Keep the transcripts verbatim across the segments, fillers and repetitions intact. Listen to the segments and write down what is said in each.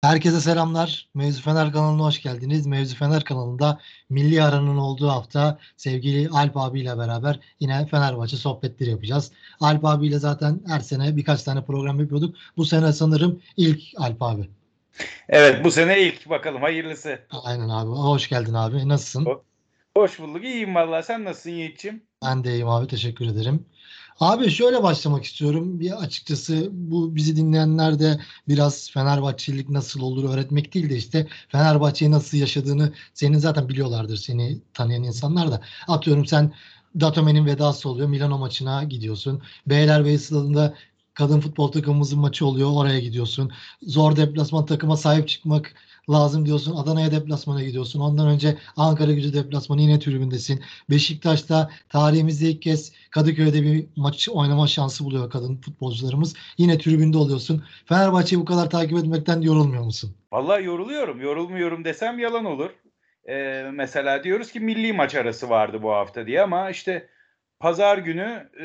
Herkese selamlar. Mevzu Fener kanalına hoş geldiniz. Mevzu Fener kanalında milli aranın olduğu hafta sevgili Alp abiyle beraber yine Fenerbahçe sohbetleri yapacağız. Alp abiyle zaten her sene birkaç tane program yapıyorduk. Bu sene sanırım ilk Alp abi. Evet, bu sene ilk bakalım hayırlısı. Aynen abi. Hoş geldin abi. Nasılsın? Ho- Hoş bulduk. İyiyim vallahi. Sen nasılsın Yiğit'ciğim? Ben de iyiyim abi. Teşekkür ederim. Abi şöyle başlamak istiyorum. Bir açıkçası bu bizi dinleyenler de biraz Fenerbahçelilik nasıl olur öğretmek değil de işte Fenerbahçe'yi nasıl yaşadığını senin zaten biliyorlardır seni tanıyan insanlar da. Atıyorum sen Datome'nin vedası oluyor. Milano maçına gidiyorsun. Beylerbeyi stadında kadın futbol takımımızın maçı oluyor. Oraya gidiyorsun. Zor deplasman takıma sahip çıkmak lazım diyorsun. Adana'ya deplasmana gidiyorsun. Ondan önce Ankara Gücü deplasmanı yine tribündesin. Beşiktaş'ta tarihimizde ilk kez Kadıköy'de bir maç oynama şansı buluyor kadın futbolcularımız. Yine tribünde oluyorsun. Fenerbahçe'yi bu kadar takip etmekten yorulmuyor musun? Vallahi yoruluyorum. Yorulmuyorum desem yalan olur. Ee, mesela diyoruz ki milli maç arası vardı bu hafta diye ama işte pazar günü e,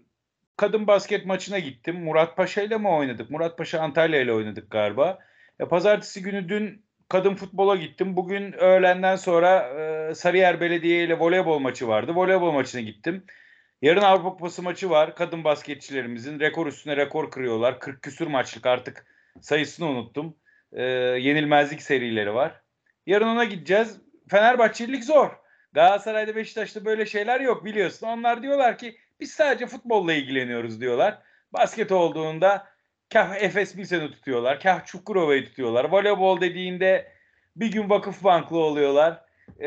kadın basket maçına gittim. Muratpaşa ile mi oynadık? Muratpaşa Antalya ile oynadık galiba. E, pazartesi günü dün kadın futbola gittim. Bugün öğlenden sonra e, Sarıyer Belediye ile voleybol maçı vardı. Voleybol maçına gittim. Yarın Avrupa Kupası maçı var. Kadın basketçilerimizin rekor üstüne rekor kırıyorlar. kırk küsür maçlık artık sayısını unuttum. Ee, yenilmezlik serileri var. Yarın ona gideceğiz. Fenerbahçelilik zor. Galatasaray'da Beşiktaş'ta böyle şeyler yok biliyorsun. Onlar diyorlar ki biz sadece futbolla ilgileniyoruz diyorlar. Basket olduğunda kah Efes Pilsen'i tutuyorlar. Kah Çukurova'yı tutuyorlar. Voleybol dediğinde bir gün Vakıfbanklı oluyorlar.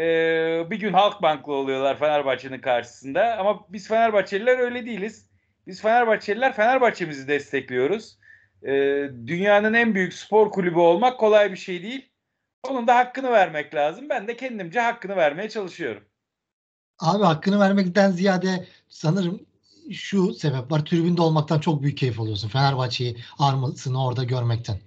Ee, bir gün Halkbanklı oluyorlar Fenerbahçe'nin karşısında. Ama biz Fenerbahçeliler öyle değiliz. Biz Fenerbahçeliler Fenerbahçe'mizi destekliyoruz. Ee, dünyanın en büyük spor kulübü olmak kolay bir şey değil. Onun da hakkını vermek lazım. Ben de kendimce hakkını vermeye çalışıyorum. Abi hakkını vermekten ziyade sanırım şu sebep var. Tribünde olmaktan çok büyük keyif alıyorsun. Fenerbahçe'yi armasını orada görmekten.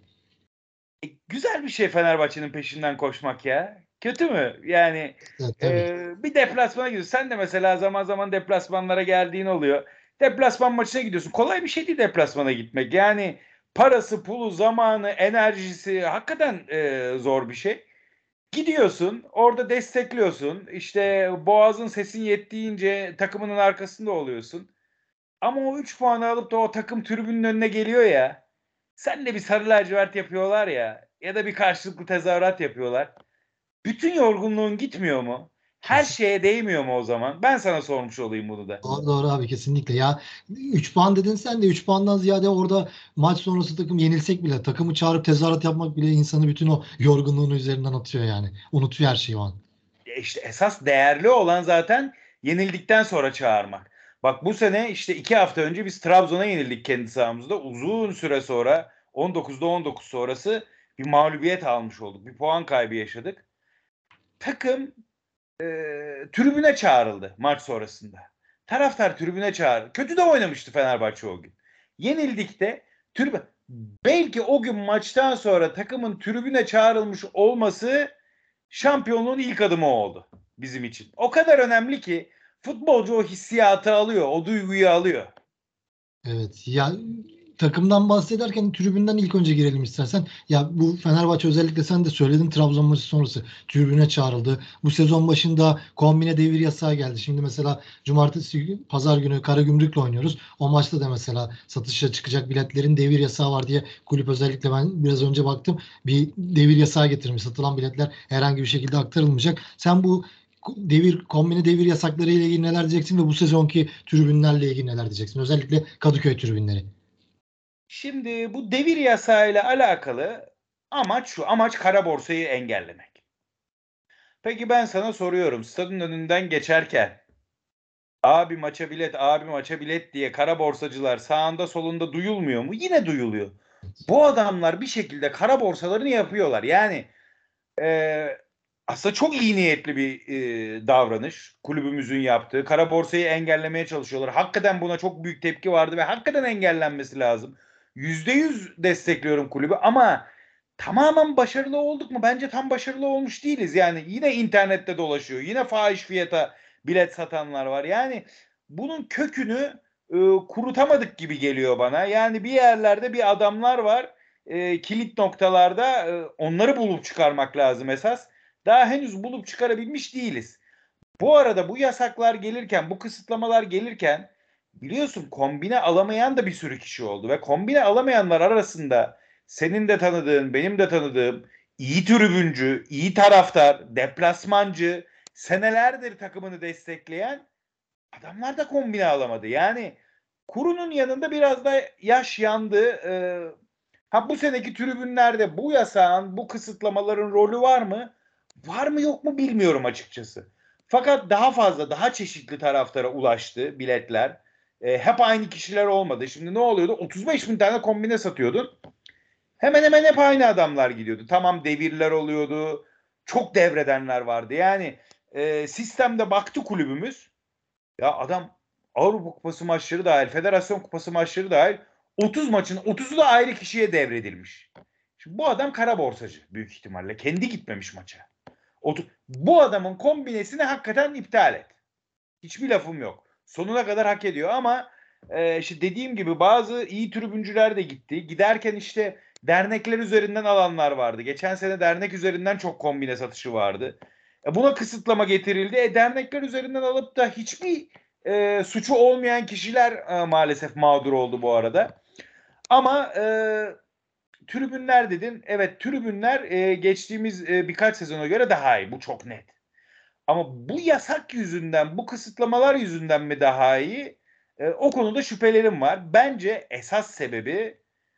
E, güzel bir şey Fenerbahçe'nin peşinden koşmak ya. Kötü mü? Yani Evet, e, tabii. bir deplasmana gidiyorsun. Sen de mesela zaman zaman deplasmanlara geldiğin oluyor. Deplasman maçına gidiyorsun. Kolay bir şey değil deplasmana gitmek. Yani parası, pulu, zamanı, enerjisi hakikaten e, zor bir şey. Gidiyorsun, orada destekliyorsun. İşte boğazın sesin yettiğince takımının arkasında oluyorsun. Ama o üç puanı alıp da o takım tribünün önüne geliyor ya. Sen de bir sarı lacivert yapıyorlar ya. Ya da bir karşılıklı tezahürat yapıyorlar. Bütün yorgunluğun gitmiyor mu? Her Kesin. şeye değmiyor mu o zaman? Ben sana sormuş olayım bunu da. Doğru, doğru abi kesinlikle. Ya üç puan dedin sen de üç puandan ziyade orada maç sonrası takım yenilsek bile takımı çağırıp tezahürat yapmak bile insanı bütün o yorgunluğunu üzerinden atıyor yani. Unutuyor her şeyi o an. E İşte esas değerli olan zaten yenildikten sonra çağırmak. Bak bu sene işte iki hafta önce biz Trabzon'a yenildik kendi sahamızda. Uzun süre sonra on dokuzda on dokuz sonrası bir mağlubiyet almış olduk. Bir puan kaybı yaşadık. Takım e, tribüne çağrıldı maç sonrasında. Taraftar tribüne çağırdı. Kötü de oynamıştı Fenerbahçe o gün. Yenildik de tribün belki o gün maçtan sonra takımın tribüne çağrılmış olması şampiyonluğun ilk adımı oldu bizim için. O kadar önemli ki futbolcu o hissiyatı alıyor, o duyguyu alıyor. Evet ya, takımdan bahsederken tribünden ilk önce girelim istersen. Ya bu Fenerbahçe özellikle sen de söyledin, Trabzon maçı sonrası tribüne çağrıldı. Bu sezon başında kombine devir yasağı geldi. Şimdi mesela cumartesi gün- pazar günü Karagümrük'le oynuyoruz. O maçta da mesela satışa çıkacak biletlerin devir yasağı var diye kulüp, özellikle ben biraz önce baktım, bir devir yasağı getirmiş. Satılan biletler herhangi bir şekilde aktarılmayacak. Sen bu devir kombine devir yasakları ile ilgili neler diyeceksin ve bu sezonki tribünlerle ilgili neler diyeceksin? Özellikle Kadıköy tribünleri. Şimdi bu devir yasağıyla alakalı amaç şu, amaç kara borsayı engellemek. Peki ben sana soruyorum, stadın önünden geçerken abi maça bilet, abi maça bilet diye kara borsacılar sağında solunda duyulmuyor mu? Yine duyuluyor. Bu adamlar bir şekilde kara borsalarını yapıyorlar. Yani e, aslında çok iyi niyetli bir e, davranış kulübümüzün yaptığı. Kara borsayı engellemeye çalışıyorlar. Hakikaten buna çok büyük tepki vardı ve hakikaten engellenmesi lazım. Yüzde yüz destekliyorum kulübü ama tamamen başarılı olduk mu? Bence tam başarılı olmuş değiliz. Yani yine internette dolaşıyor. Yine fahiş fiyata bilet satanlar var. Yani bunun kökünü e, kurutamadık gibi geliyor bana. Yani bir yerlerde bir adamlar var. e, kilit noktalarda e, onları bulup çıkarmak lazım esas. Daha henüz bulup çıkarabilmiş değiliz. Bu arada bu yasaklar gelirken, bu kısıtlamalar gelirken biliyorsun kombine alamayan da bir sürü kişi oldu ve kombine alamayanlar arasında senin de tanıdığın, benim de tanıdığım iyi tribüncü, iyi taraftar, deplasmancı, senelerdir takımını destekleyen adamlar da kombine alamadı. Yani kurunun yanında biraz da yaş yandı. Ee, ha bu seneki tribünlerde bu yasağın, bu kısıtlamaların rolü var mı? Var mı yok mu bilmiyorum açıkçası. Fakat daha fazla, daha çeşitli taraftara ulaştı biletler. Ee, hep aynı kişiler olmadı. Şimdi ne oluyordu? otuz beş bin tane kombine satıyordun. Hemen hemen hep aynı adamlar gidiyordu. Tamam devirler oluyordu. Çok devredenler vardı. Yani e, sistemde baktı kulübümüz. Ya adam Avrupa Kupası maçları dahil, Federasyon Kupası maçları dahil otuz maçın otuzu da ayrı kişiye devredilmiş. Şimdi bu adam kara borsacı büyük ihtimalle. Kendi gitmemiş maça. Otu- bu adamın kombinesini hakikaten iptal et. Hiçbir lafım yok. Sonuna kadar hak ediyor ama e, işte dediğim gibi bazı iyi tribüncüler de gitti. Giderken işte dernekler üzerinden alanlar vardı. Geçen sene dernek üzerinden çok kombine satışı vardı. E, buna kısıtlama getirildi. E, dernekler üzerinden alıp da hiçbir e, suçu olmayan kişiler e, maalesef mağdur oldu bu arada. Ama e, tribünler dedin. Evet tribünler e, geçtiğimiz e, birkaç sezona göre daha iyi. Bu çok net. Ama bu yasak yüzünden, bu kısıtlamalar yüzünden mi daha iyi? E, o konuda şüphelerim var. Bence esas sebebi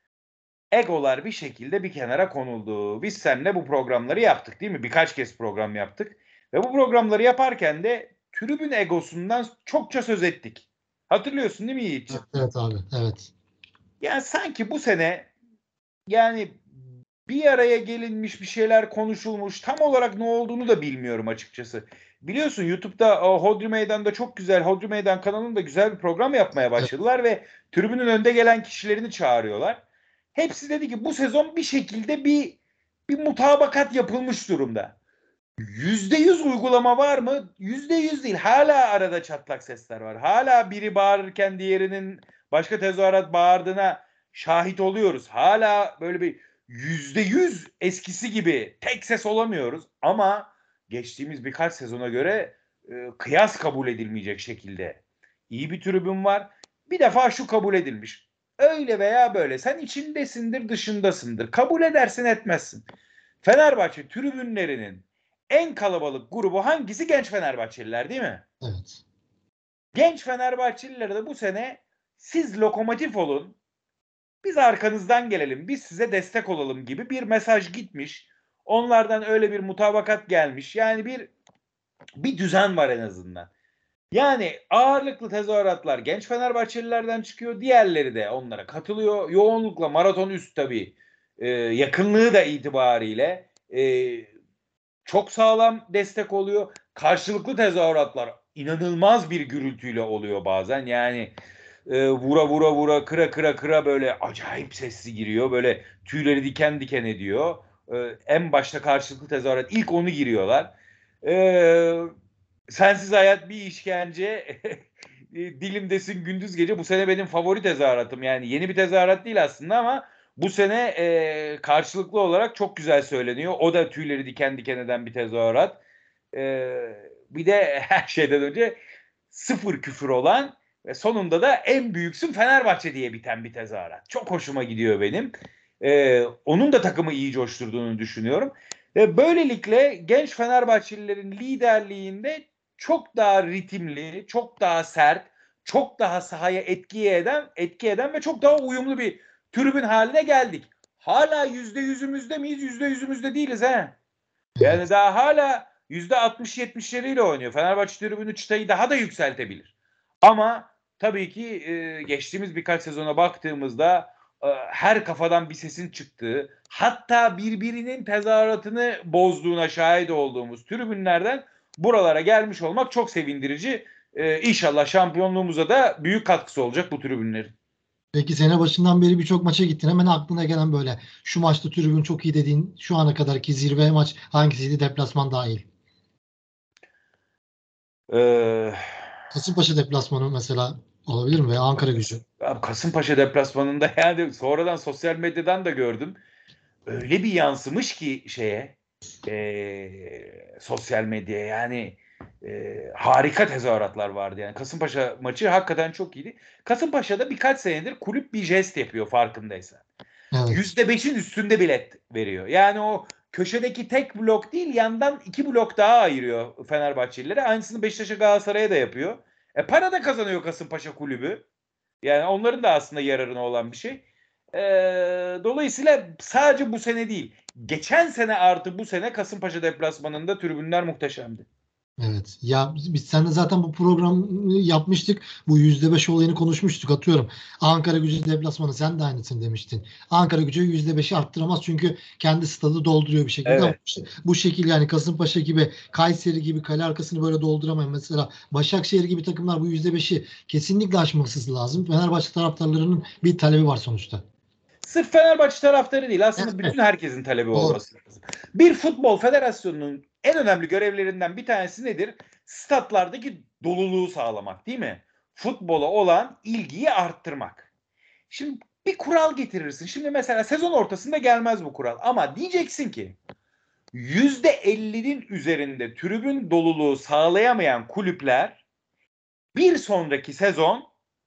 egolar bir şekilde bir kenara konuldu. Biz seninle bu programları yaptık değil mi? Birkaç kez program yaptık. Ve bu programları yaparken de tribün egosundan çokça söz ettik. Hatırlıyorsun değil mi Evet, Yiğit'ciğim? evet abi. Evet. Yani sanki bu sene yani bir araya gelinmiş bir şeyler konuşulmuş. Tam olarak ne olduğunu da bilmiyorum açıkçası. Biliyorsun YouTube'da o Hodri Meydan'da çok güzel Hodri Meydan kanalında güzel bir program yapmaya Evet. başladılar ve tribünün önde gelen kişilerini çağırıyorlar. Hepsi dedi ki bu sezon bir şekilde bir bir mutabakat yapılmış durumda. Yüzde yüz uygulama var mı? Yüzde yüz değil. Hala arada çatlak sesler var. Hala biri bağırırken diğerinin başka tezahürat bağırdığına şahit oluyoruz. Hala böyle bir yüzde yüz eskisi gibi tek ses olamıyoruz. Ama geçtiğimiz birkaç sezona göre e, kıyas kabul edilmeyecek şekilde iyi bir tribün var. Bir defa şu kabul edilmiş. Öyle veya böyle sen içindesindir dışındasındır. Kabul edersin etmezsin. Fenerbahçe tribünlerinin en kalabalık grubu hangisi? Genç Fenerbahçeliler değil mi? Evet. Genç Fenerbahçelilere de bu sene siz lokomotif olun, biz arkanızdan gelelim, biz size destek olalım gibi bir mesaj gitmiş. Onlardan öyle bir mutabakat gelmiş. Yani bir bir düzen var en azından. Yani ağırlıklı tezahüratlar genç Fenerbahçelilerden çıkıyor. Diğerleri de onlara katılıyor. Yoğunlukla maraton üst tabii. Ee, yakınlığı da itibariyle e, çok sağlam destek oluyor. Karşılıklı tezahüratlar inanılmaz bir gürültüyle oluyor bazen. Yani e, vura vura vura kıra kıra kıra böyle acayip sesli giriyor. Böyle tüyleri diken diken ediyor. E, en başta karşılıklı tezahürat ilk onu giriyorlar. E, sensiz hayat bir işkence. Dilimdesin gündüz gece. Bu sene benim favori tezahüratım. Yani yeni bir tezahürat değil aslında ama bu sene e, karşılıklı olarak çok güzel söyleniyor. O da tüyleri diken diken eden bir tezahürat. E, bir de her şeyden önce sıfır küfür olan ve sonunda da en büyüksün Fenerbahçe diye biten bir tezahürat. Çok hoşuma gidiyor benim. E, onun da takımı iyi coşturduğunu düşünüyorum. Ve böylelikle genç Fenerbahçelilerin liderliğinde çok daha ritimli, çok daha sert, çok daha sahaya etki eden, etki eden ve çok daha uyumlu bir tribün haline geldik. Hala yüzde yüzümüzde miyiz? Yüzde yüzümüzde değiliz he. Yani Evet. daha hala yüzde altmış yetmişleriyle oynuyor. Fenerbahçe tribünü çıtayı daha da yükseltebilir. Ama tabii ki e, geçtiğimiz birkaç sezona baktığımızda e, her kafadan bir sesin çıktığı, hatta birbirinin tezahüratını bozduğuna şahit olduğumuz tribünlerden buralara gelmiş olmak çok sevindirici. E, İnşallah şampiyonluğumuza da büyük katkısı olacak bu tribünlerin. Peki sene başından beri birçok maça gittin. Hemen aklına gelen böyle şu maçta tribün çok iyi dediğin şu ana kadarki zirve maç hangisiydi? Deplasman dahil. Ee, Kasımpaşa deplasmanı mesela. Olabilir mi? Veya Ankara Gücü. Abi Kasımpaşa deplasmanında yani sonradan sosyal medyadan da gördüm. Öyle bir yansımış ki şeye e, sosyal medyaya yani e, harika tezahüratlar vardı. Yani Kasımpaşa maçı hakikaten çok iyiydi. Kasımpaşa'da birkaç senedir kulüp bir jest yapıyor farkındaysan. Evet. yüzde beşin üstünde bilet veriyor. Yani o köşedeki tek blok değil yandan iki blok daha ayırıyor Fenerbahçelilere. Aynısını Beşiktaş'a Galatasaray'a da yapıyor. E para da kazanıyor Kasımpaşa kulübü. Yani onların da aslında yararına olan bir şey. Ee, dolayısıyla sadece bu sene değil. Geçen sene artı bu sene Kasımpaşa deplasmanında tribünler muhteşemdi. Evet. Ya biz, biz seninle zaten bu programı yapmıştık. Bu yüzde beş olayını konuşmuştuk. Atıyorum. Ankara Gücü deplasmanı sen de aynısını demiştin. Ankara Gücü yüzde beşi arttıramaz çünkü kendi stadı dolduruyor bir şekilde. Ama Evet. bu bu şekil yani Kasımpaşa gibi, Kayseri gibi kale arkasını böyle dolduramayan mesela Başakşehir gibi takımlar bu yüzde beşi kesinlikle aşması lazım. Fenerbahçe taraftarlarının bir talebi var sonuçta. Sırf Fenerbahçe taraftarı değil aslında Evet. bütün herkesin talebi Doğru. olması lazım. Bir futbol federasyonunun en önemli görevlerinden bir tanesi nedir? Statlardaki doluluğu sağlamak değil mi? Futbola olan ilgiyi arttırmak. Şimdi bir kural getirirsin. Şimdi mesela sezon ortasında gelmez bu kural ama diyeceksin ki yüzde ellinin üzerinde tribün doluluğu sağlayamayan kulüpler bir sonraki sezon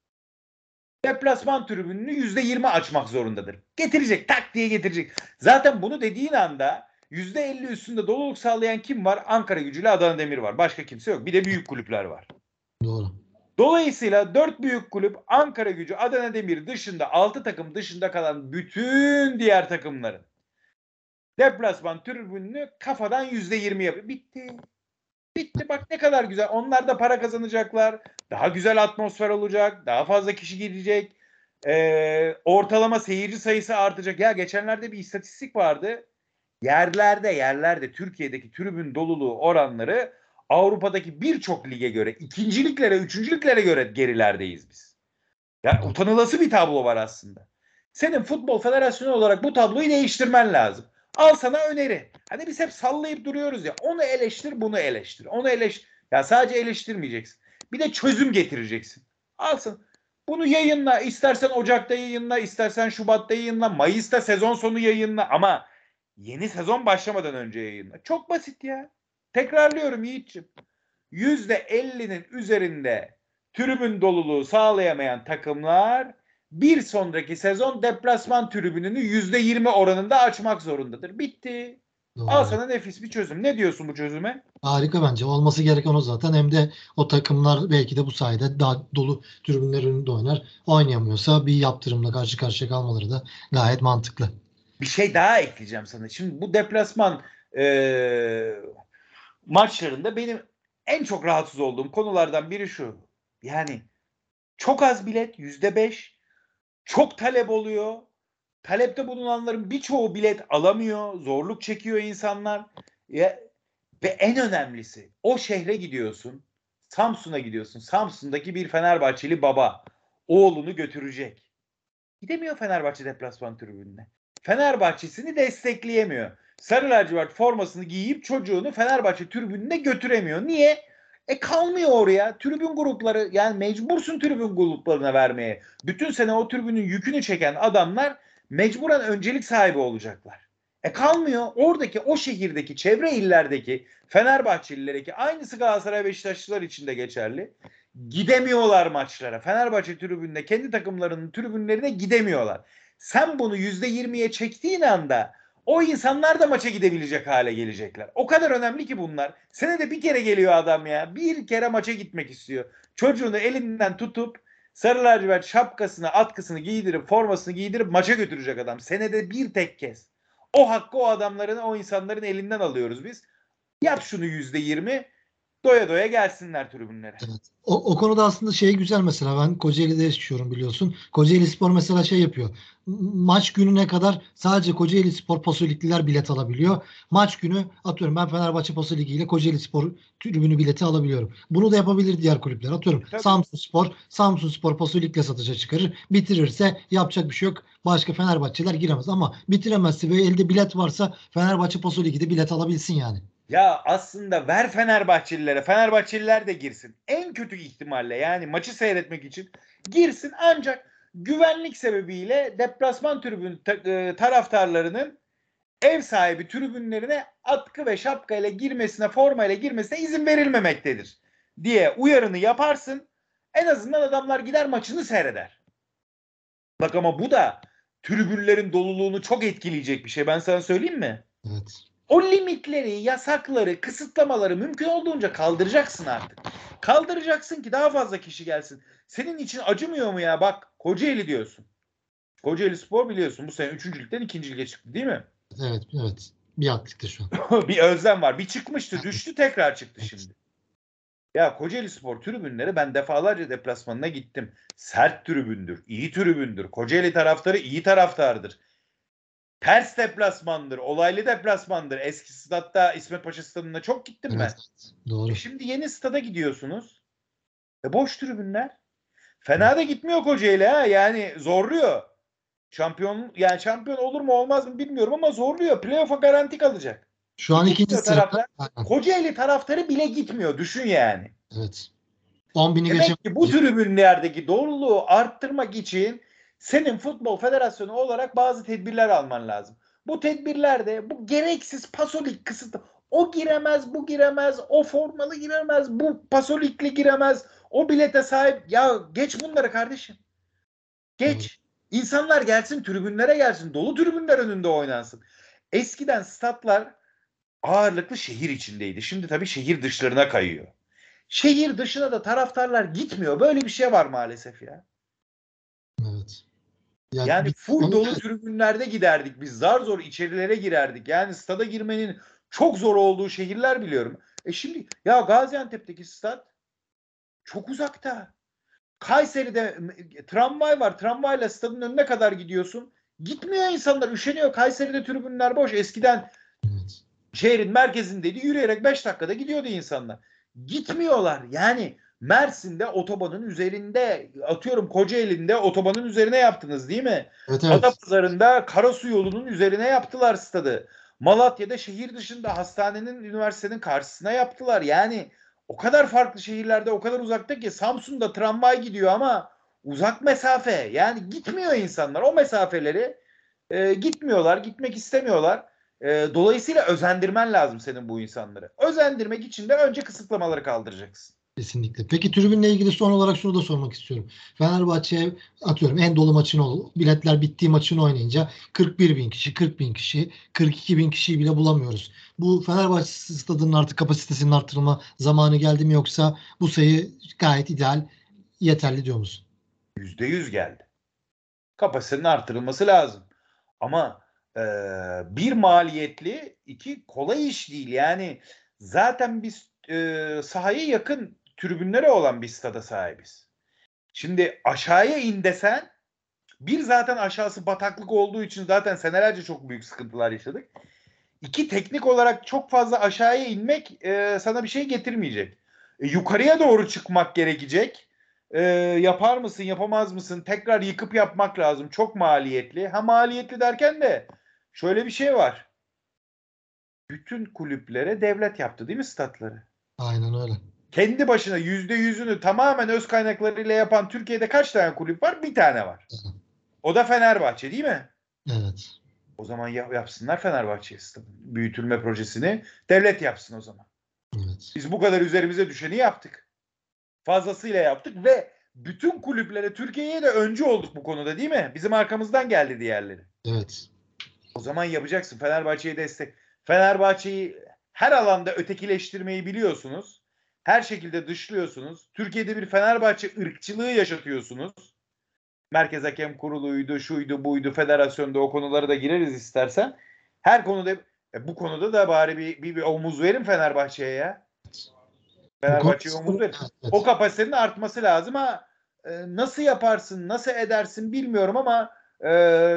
deplasman tribününü yüzde yirmi açmak zorundadır. Getirecek, tak diye getirecek. Zaten bunu dediğin anda yüzde elli üstünde doluluk sağlayan kim var? Ankara Gücü'yle Adana Demir var. Başka kimse yok. Bir de büyük kulüpler var. Doğru. Dolayısıyla dört büyük kulüp Ankara Gücü, Adana Demir dışında altı takım dışında kalan bütün diğer takımların deplasman tribününü kafadan yüzde yirmi yapıyor. Bitti. Bitti bak ne kadar güzel. Onlar da para kazanacaklar. Daha güzel atmosfer olacak. Daha fazla kişi girecek. Ee, ortalama seyirci sayısı artacak. Ya geçenlerde bir istatistik vardı. Yerlerde yerlerde Türkiye'deki tribün doluluğu oranları Avrupa'daki birçok lige göre, ikinciliklere, üçüncülüklere göre gerilerdeyiz biz. Ya utanılası bir tablo var aslında. Senin futbol federasyonu olarak bu tabloyu değiştirmen lazım. Al sana öneri. Hani biz hep sallayıp duruyoruz ya. Onu eleştir, bunu eleştir. Onu eleştir. Ya sadece eleştirmeyeceksin. Bir de çözüm getireceksin. Alsın. Bunu yayınla. İstersen Ocak'ta yayınla, istersen Şubat'ta yayınla, Mayıs'ta sezon sonu yayınla ama yeni sezon başlamadan önce yayınla. Çok basit ya. Tekrarlıyorum Yiğit'ciğim. yüzde ellinin üzerinde tribün doluluğu sağlayamayan takımlar bir sonraki sezon deplasman tribününü yüzde yirmi oranında açmak zorundadır. Bitti. Al Doğru. sana nefis bir çözüm. Ne diyorsun bu çözüme? Harika bence. Olması gereken o zaten. Hem de o takımlar belki de bu sayede daha dolu tribünler önünde oynar. Oynayamıyorsa bir yaptırımla karşı karşıya kalmaları da gayet mantıklı. Bir şey daha ekleyeceğim sana. Şimdi bu deplasman e, maçlarında benim en çok rahatsız olduğum konulardan biri şu. Yani çok az bilet, yüzde beş. Çok talep oluyor. Talepte bulunanların birçoğu bilet alamıyor. Zorluk çekiyor insanlar. Ya, ve en önemlisi o şehre gidiyorsun. Samsun'a gidiyorsun. Samsun'daki bir Fenerbahçeli baba oğlunu götürecek. Gidemiyor Fenerbahçe deplasman tribününe. Fenerbahçe'sini destekleyemiyor. Sarı lacivert formasını giyip çocuğunu Fenerbahçe tribününe götüremiyor. Niye? E kalmıyor oraya. Tribün grupları yani mecbursun tribün gruplarına vermeye. Bütün sene o tribünün yükünü çeken adamlar mecburen öncelik sahibi olacaklar. E kalmıyor. Oradaki o şehirdeki çevre illerdeki Fenerbahçelilerdeki aynısı Galatasaray Beşiktaşlılar için de geçerli. Gidemiyorlar maçlara. Fenerbahçe tribününe kendi takımlarının tribünlerine gidemiyorlar. Sen bunu yüzde yirmiye çektiğin anda o insanlar da maça gidebilecek hale gelecekler. O kadar önemli ki bunlar. Senede bir kere geliyor adam ya. Bir kere maça gitmek istiyor. Çocuğunu elinden tutup sarı lacivert şapkasını, atkısını giydirip, formasını giydirip maça götürecek adam. Senede bir tek kez. O hakkı o adamların, o insanların elinden alıyoruz biz. Yap şunu yüzde yirmi. Doya doya gelsinler tribünlere. Evet. O, o konuda aslında şey güzel mesela ben Kocaeli'de yaşıyorum biliyorsun. Kocaeli Spor mesela şey yapıyor. M- Maç gününe kadar sadece Kocaeli Spor Pasolikliler bilet alabiliyor. Maç günü atıyorum ben Fenerbahçe Pasoliki ile Kocaeli Spor tribünü bileti alabiliyorum. Bunu da yapabilir diğer kulüpler. Atıyorum Tabii. Samsun Spor, Samsun Spor Pasolik'le satışa çıkarır. Bitirirse yapacak bir şey yok. Başka Fenerbahçeler giremez ama bitiremezse ve elde bilet varsa Fenerbahçe Pasolik'de bilet alabilsin yani. Ya aslında ver Fenerbahçelilere. Fenerbahçeliler de girsin. En kötü ihtimalle yani maçı seyretmek için girsin, ancak güvenlik sebebiyle deplasman tribün e, taraftarlarının ev sahibi tribünlerine atkı ve şapkayla girmesine, formayla girmesine izin verilmemektedir diye uyarını yaparsın. En azından adamlar gider maçını seyreder. Bak ama bu da tribünlerin doluluğunu çok etkileyecek bir şey. Ben sana söyleyeyim mi? Evet. O limitleri, yasakları, kısıtlamaları mümkün olduğunca kaldıracaksın artık. Kaldıracaksın ki daha fazla kişi gelsin. Senin için acımıyor mu ya? Bak, Kocaeli diyorsun. Kocaeli Spor biliyorsun bu sene üçüncülükten ikinci lige çıktı değil mi? Evet, evet. Bir atlıkta şu an. Bir özlem var. Bir çıkmıştı, Evet, düştü, tekrar çıktı evet. şimdi. Ya Kocaeli Spor tribünleri, ben defalarca deplasmanına gittim. Sert tribündür, iyi tribündür. Kocaeli taraftarı iyi taraftardır. Ters deplasmandır, olaylı deplasmandır. Eski statta, İsmet Paşa Stadı'na çok gittim Evet, ben. evet. E Doğru. şimdi yeni stada gidiyorsunuz. E boş tribünler. Fena da gitmiyor Kocaeli ha. Yani zorluyor. Şampiyon, yani şampiyon olur mu olmaz mı bilmiyorum ama zorluyor. Playoff'a garanti kalacak. Şu E an ikinci gitmiyor sırada. taraftar. Aynen. Kocaeli taraftarı bile gitmiyor. Düşün yani. Evet. on bini Demek ki bu geçemeyecek. tribünlerdeki doluluğu arttırmak için senin Futbol Federasyonu olarak bazı tedbirler alman lazım. Bu tedbirlerde bu gereksiz pasolik kısıtı, o giremez, bu giremez, o formalı giremez, bu pasolikli giremez, o bilete sahip, ya geç bunları kardeşim. Doğru. Geç. İnsanlar gelsin, tribünlere gelsin. Dolu tribünler önünde oynansın. Eskiden statlar ağırlıklı şehir içindeydi. Şimdi tabii şehir dışlarına kayıyor. Şehir dışına da taraftarlar gitmiyor. Böyle bir şey var maalesef ya. Evet. Ya Yani bir, full onu, dolu tribünlerde giderdik. Biz zar zor içerilere girerdik. Yani stada girmenin çok zor olduğu şehirler biliyorum. E şimdi ya Gaziantep'teki stat çok uzakta. Kayseri'de tramvay var. Tramvayla stadın önüne kadar gidiyorsun. Gitmiyor insanlar. Üşeniyor. Kayseri'de tribünler boş. Eskiden evet. şehrin merkezindeydi. Yürüyerek beş dakikada gidiyordu insanlar. Gitmiyorlar. Yani Mersin'de otobanın üzerinde, atıyorum Kocaeli'nde otobanın üzerine yaptınız değil mi? Evet, evet. Adapazarı'nda Karasu yolunun üzerine yaptılar stadı. Malatya'da şehir dışında hastanenin, üniversitenin karşısına yaptılar. Yani o kadar farklı şehirlerde, o kadar uzakta ki Samsun'da tramvay gidiyor ama uzak mesafe. Yani gitmiyor insanlar. O mesafeleri e, gitmiyorlar, gitmek istemiyorlar. E, dolayısıyla özendirmen lazım senin bu insanları. Özendirmek için de önce kısıtlamaları kaldıracaksın. Kesinlikle. Peki tribünle ilgili son olarak şunu da sormak istiyorum. Fenerbahçe atıyorum en dolu maçın ol. Biletler bittiği maçını oynayınca kırk bir bin kişi, kırk bin kişi, kırk iki bin kişiyi bile bulamıyoruz. Bu Fenerbahçe stadının artık kapasitesinin artırılma zamanı geldi mi, yoksa bu sayı gayet ideal, yeterli diyor musun? Yüzde yüz geldi. Kapasitenin artırılması lazım. Ama e, bir maliyetli, iki kolay iş değil. Yani zaten biz e, sahaya yakın tribünlere olan bir stada sahibiz. Şimdi aşağıya in desen, bir zaten aşağısı bataklık olduğu için zaten senelerce çok büyük sıkıntılar yaşadık. İki, teknik olarak çok fazla aşağıya inmek e, sana bir şey getirmeyecek. E, yukarıya doğru çıkmak gerekecek. E, yapar mısın, yapamaz mısın? Tekrar yıkıp yapmak lazım. Çok maliyetli. Ha, maliyetli derken de şöyle bir şey var. Bütün kulüplere devlet yaptı değil mi statları? Aynen öyle. Kendi başına yüzde yüzünü tamamen öz kaynaklarıyla yapan Türkiye'de kaç tane kulüp var? Bir tane var. O da Fenerbahçe değil mi? Evet. O zaman yapsınlar Fenerbahçe'ye stadı. Büyütülme projesini devlet yapsın o zaman. Evet. Biz bu kadar üzerimize düşeni yaptık. Fazlasıyla yaptık ve bütün kulüplere, Türkiye'ye de öncü olduk bu konuda değil mi? Bizim arkamızdan geldi diğerleri. Evet. O zaman yapacaksın. Fenerbahçe'ye destek. Fenerbahçe'yi her alanda ötekileştirmeyi biliyorsunuz. Her şekilde dışlıyorsunuz. Türkiye'de bir Fenerbahçe ırkçılığı yaşatıyorsunuz. Merkez Hakem Kurulu'ydu, şuydu, buydu, federasyonda, o konulara da gireriz istersen. Her konuda, e, bu konuda da bari bir, bir, bir omuz verin Fenerbahçe'ye ya. Bu konu Fenerbahçe'ye omuz verin. evet, O evet. kapasitenin artması lazım ama e, nasıl yaparsın, nasıl edersin bilmiyorum ama e,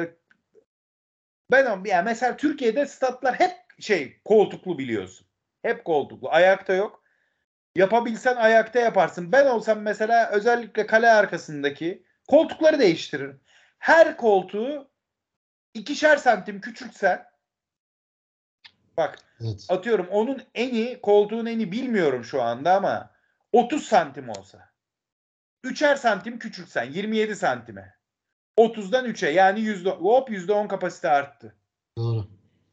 ben o- yani mesela Türkiye'de statlar hep şey koltuklu biliyorsun. Hep koltuklu. Ayakta yok. Yapabilsen ayakta yaparsın. Ben olsam mesela özellikle kale arkasındaki koltukları değiştiririm. Her koltuğu ikişer santim küçültsen, Bak Evet. atıyorum onun eni, koltuğun eni bilmiyorum şu anda ama otuz santim olsa. Üçer santim küçültsen yirmi yedi santime. otuzdan üçe yani yüzde, hop yüzde on kapasite arttı. Doğru.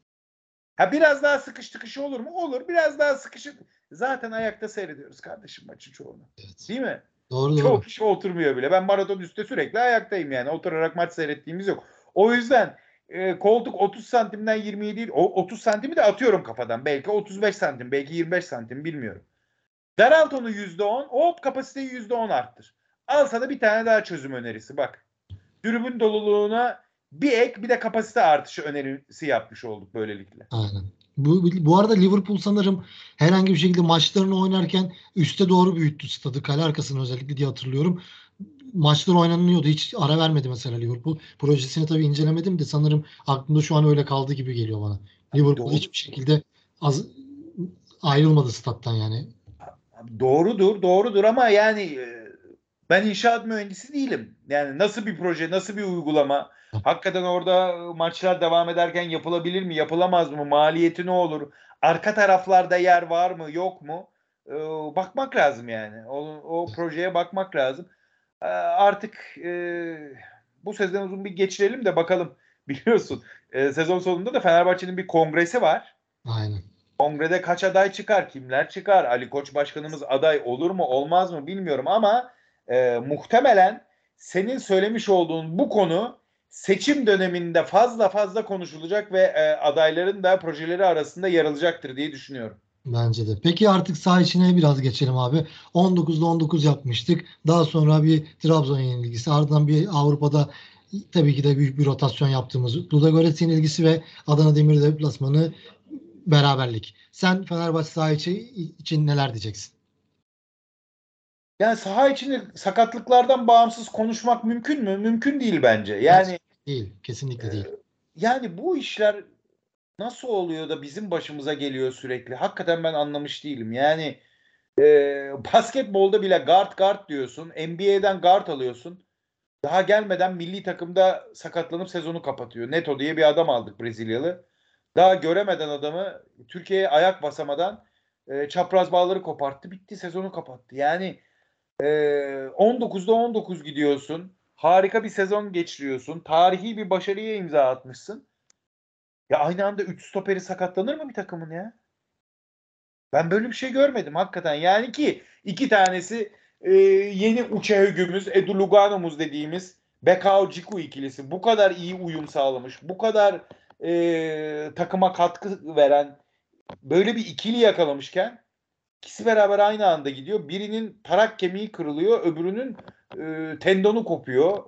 Ha biraz daha sıkış tıkışı olur mu? Olur. Biraz daha sıkışı. Zaten ayakta seyrediyoruz kardeşim maçın çoğunu. Evet. Değil mi? Doğru Çoğu doğru. kişi oturmuyor bile. Ben maraton üstte sürekli ayaktayım yani. Oturarak maç seyrettiğimiz yok. O yüzden e, koltuk otuz santimden yirmi yedi değil. O otuz santimi de atıyorum kafadan. Belki otuz beş santim, belki yirmi beş santim bilmiyorum. Daralt onu yüzde on. Hop kapasiteyi yüzde on arttır. Al sana bir tane daha çözüm önerisi bak. Dürbün doluluğuna bir ek bir de kapasite artışı önerisi yapmış olduk böylelikle. Aynen. Bu, bu arada Liverpool sanırım herhangi bir şekilde maçlarını oynarken üste doğru büyüttü stadı. Kale arkasını özellikle diye hatırlıyorum. Maçlar oynanıyordu. Hiç ara vermedi mesela Liverpool. Projesini tabii incelemedim de sanırım aklımda şu an öyle kaldı gibi geliyor bana. Liverpool Doğru. hiçbir şekilde az ayrılmadı stat'tan yani. Doğrudur, doğrudur ama yani e, ben inşaat mühendisi değilim. Yani nasıl bir proje, nasıl bir uygulama? Hakikaten orada e, maçlar devam ederken yapılabilir mi, yapılamaz mı? Maliyeti ne olur? Arka taraflarda yer var mı, yok mu? E, bakmak lazım yani. O, o projeye bakmak lazım. E, artık e, bu sezonumuzu bir geçirelim de bakalım. Biliyorsun, e, sezon sonunda da Fenerbahçe'nin bir kongresi var. Aynen. Kongrede kaç aday çıkar, kimler çıkar? Ali Koç başkanımız aday olur mu, olmaz mı bilmiyorum ama e, muhtemelen senin söylemiş olduğun bu konu seçim döneminde fazla fazla konuşulacak ve e, adayların da projeleri arasında yer alacaktır diye düşünüyorum. Bence de. Peki artık saha içine biraz geçelim abi. on dokuzda on dokuz yapmıştık. Daha sonra bir Trabzon yenilgisi. Ardından bir Avrupa'da tabii ki de büyük bir rotasyon yaptığımız Ludogorets yenilgisi ve Adana Demir deplasmanı beraberlik. Sen Fenerbahçe saha içi için neler diyeceksin? Yani saha içinde sakatlıklardan bağımsız konuşmak mümkün mü? Mümkün değil bence. Evet. Yani Değil. Kesinlikle e, değil. yani bu işler nasıl oluyor da bizim başımıza geliyor sürekli? Hakikaten ben anlamış değilim. Yani Ee, basketbolda bile guard guard diyorsun. N B A'den guard alıyorsun. Daha gelmeden milli takımda sakatlanıp sezonu kapatıyor. Neto diye bir adam aldık Brezilyalı. Daha göremeden adamı Türkiye'ye ayak basamadan e, çapraz bağları koparttı. Bitti sezonu kapattı. Yani e, on dokuzda on dokuz gidiyorsun. Harika bir sezon geçiriyorsun. Tarihi bir başarıya imza atmışsın. Ya aynı anda üç stoperi sakatlanır mı bir takımın ya? Ben böyle bir şey görmedim hakikaten. Yani ki iki tanesi e, yeni uçehügümüz, Edu Lugano'muz dediğimiz Bekao Ciku ikilisi bu kadar iyi uyum sağlamış, bu kadar e, takıma katkı veren böyle bir ikili yakalamışken ikisi beraber aynı anda gidiyor. Birinin tarak kemiği kırılıyor, öbürünün e, tendonu kopuyor,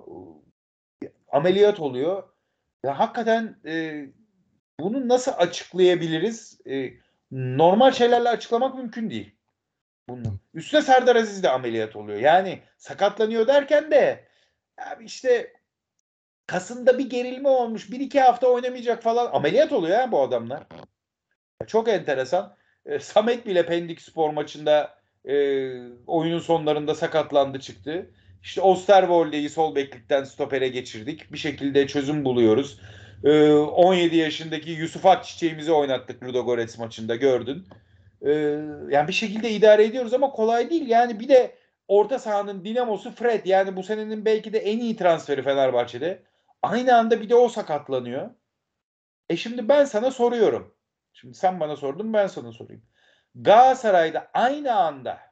ameliyat oluyor. Ya hakikaten e, bunu nasıl açıklayabiliriz? E, normal şeylerle açıklamak mümkün değil bunu. Üstüne Serdar Aziz de ameliyat oluyor. Yani sakatlanıyor derken de abi işte kasında bir gerilme olmuş. Bir iki hafta oynamayacak falan. Ameliyat oluyor ya bu adamlar. Çok enteresan. E, Samet bile Pendik Spor maçında e, oyunun sonlarında sakatlandı çıktı. İşte Osterwolde'yi sol beklikten stopere geçirdik. Bir şekilde çözüm buluyoruz. E, on yedi yaşındaki Yusuf Akçiçek'imizi oynattık Ludogorets maçında gördün. E, yani bir şekilde idare ediyoruz ama kolay değil. Yani bir de orta sahanın dinamosu Fred. Yani bu senenin belki de en iyi transferi Fenerbahçe'de. Aynı anda bir de o sakatlanıyor. E şimdi ben sana soruyorum. Şimdi sen bana sordun ben sana sorayım. Galatasaray'da aynı anda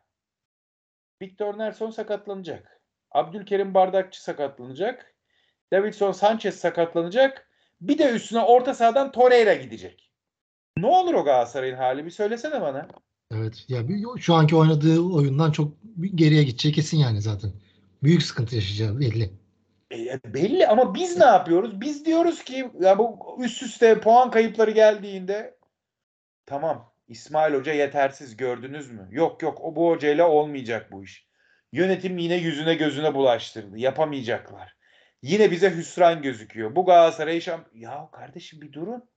Victor Nelson sakatlanacak. Abdülkerim Bardakçı sakatlanacak. Davinson Sanchez sakatlanacak. Bir de üstüne orta sahadan Torreira gidecek. Ne olur o Galatasaray'ın hali bir söylesene bana. Evet. Ya bir- şu anki oynadığı oyundan çok bir geriye gidecek kesin yani zaten. Büyük sıkıntı yaşayacağı belli. E, belli ama biz ne yapıyoruz? Biz diyoruz ki ya bu üst üste puan kayıpları geldiğinde tamam. İsmail Hoca yetersiz gördünüz mü? Yok yok o bu hocayla olmayacak bu iş. Yönetim yine yüzüne gözüne bulaştırdı. Yapamayacaklar. Yine bize hüsran gözüküyor. Bu Galatasaray şamp... Ya kardeşim bir durun.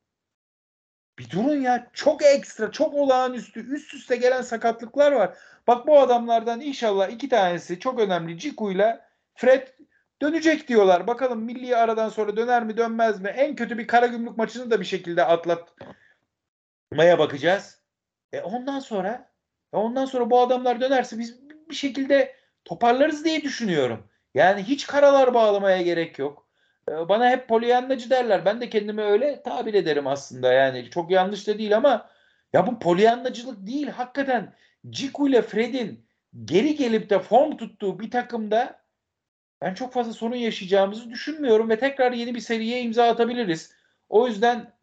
Bir durun ya. Çok ekstra, çok olağanüstü, üst üste gelen sakatlıklar var. Bak bu adamlardan inşallah iki tanesi çok önemli. Ciku'yla Fred dönecek diyorlar. Bakalım milli aradan sonra döner mi dönmez mi? En kötü bir Karagümrük maçını da bir şekilde atlat Maya bakacağız. E ondan sonra e ondan sonra bu adamlar dönerse biz bir şekilde toparlarız diye düşünüyorum. Yani hiç karalar bağlamaya gerek yok. E, bana hep polyanlacı derler. Ben de kendimi öyle tabir ederim aslında. Yani çok yanlış da değil ama ya bu polyanlacılık değil. Hakikaten Ciku ile Fred'in geri gelip de form tuttuğu bir takımda ben çok fazla sorun yaşayacağımızı düşünmüyorum ve tekrar yeni bir seriye imza atabiliriz. O yüzden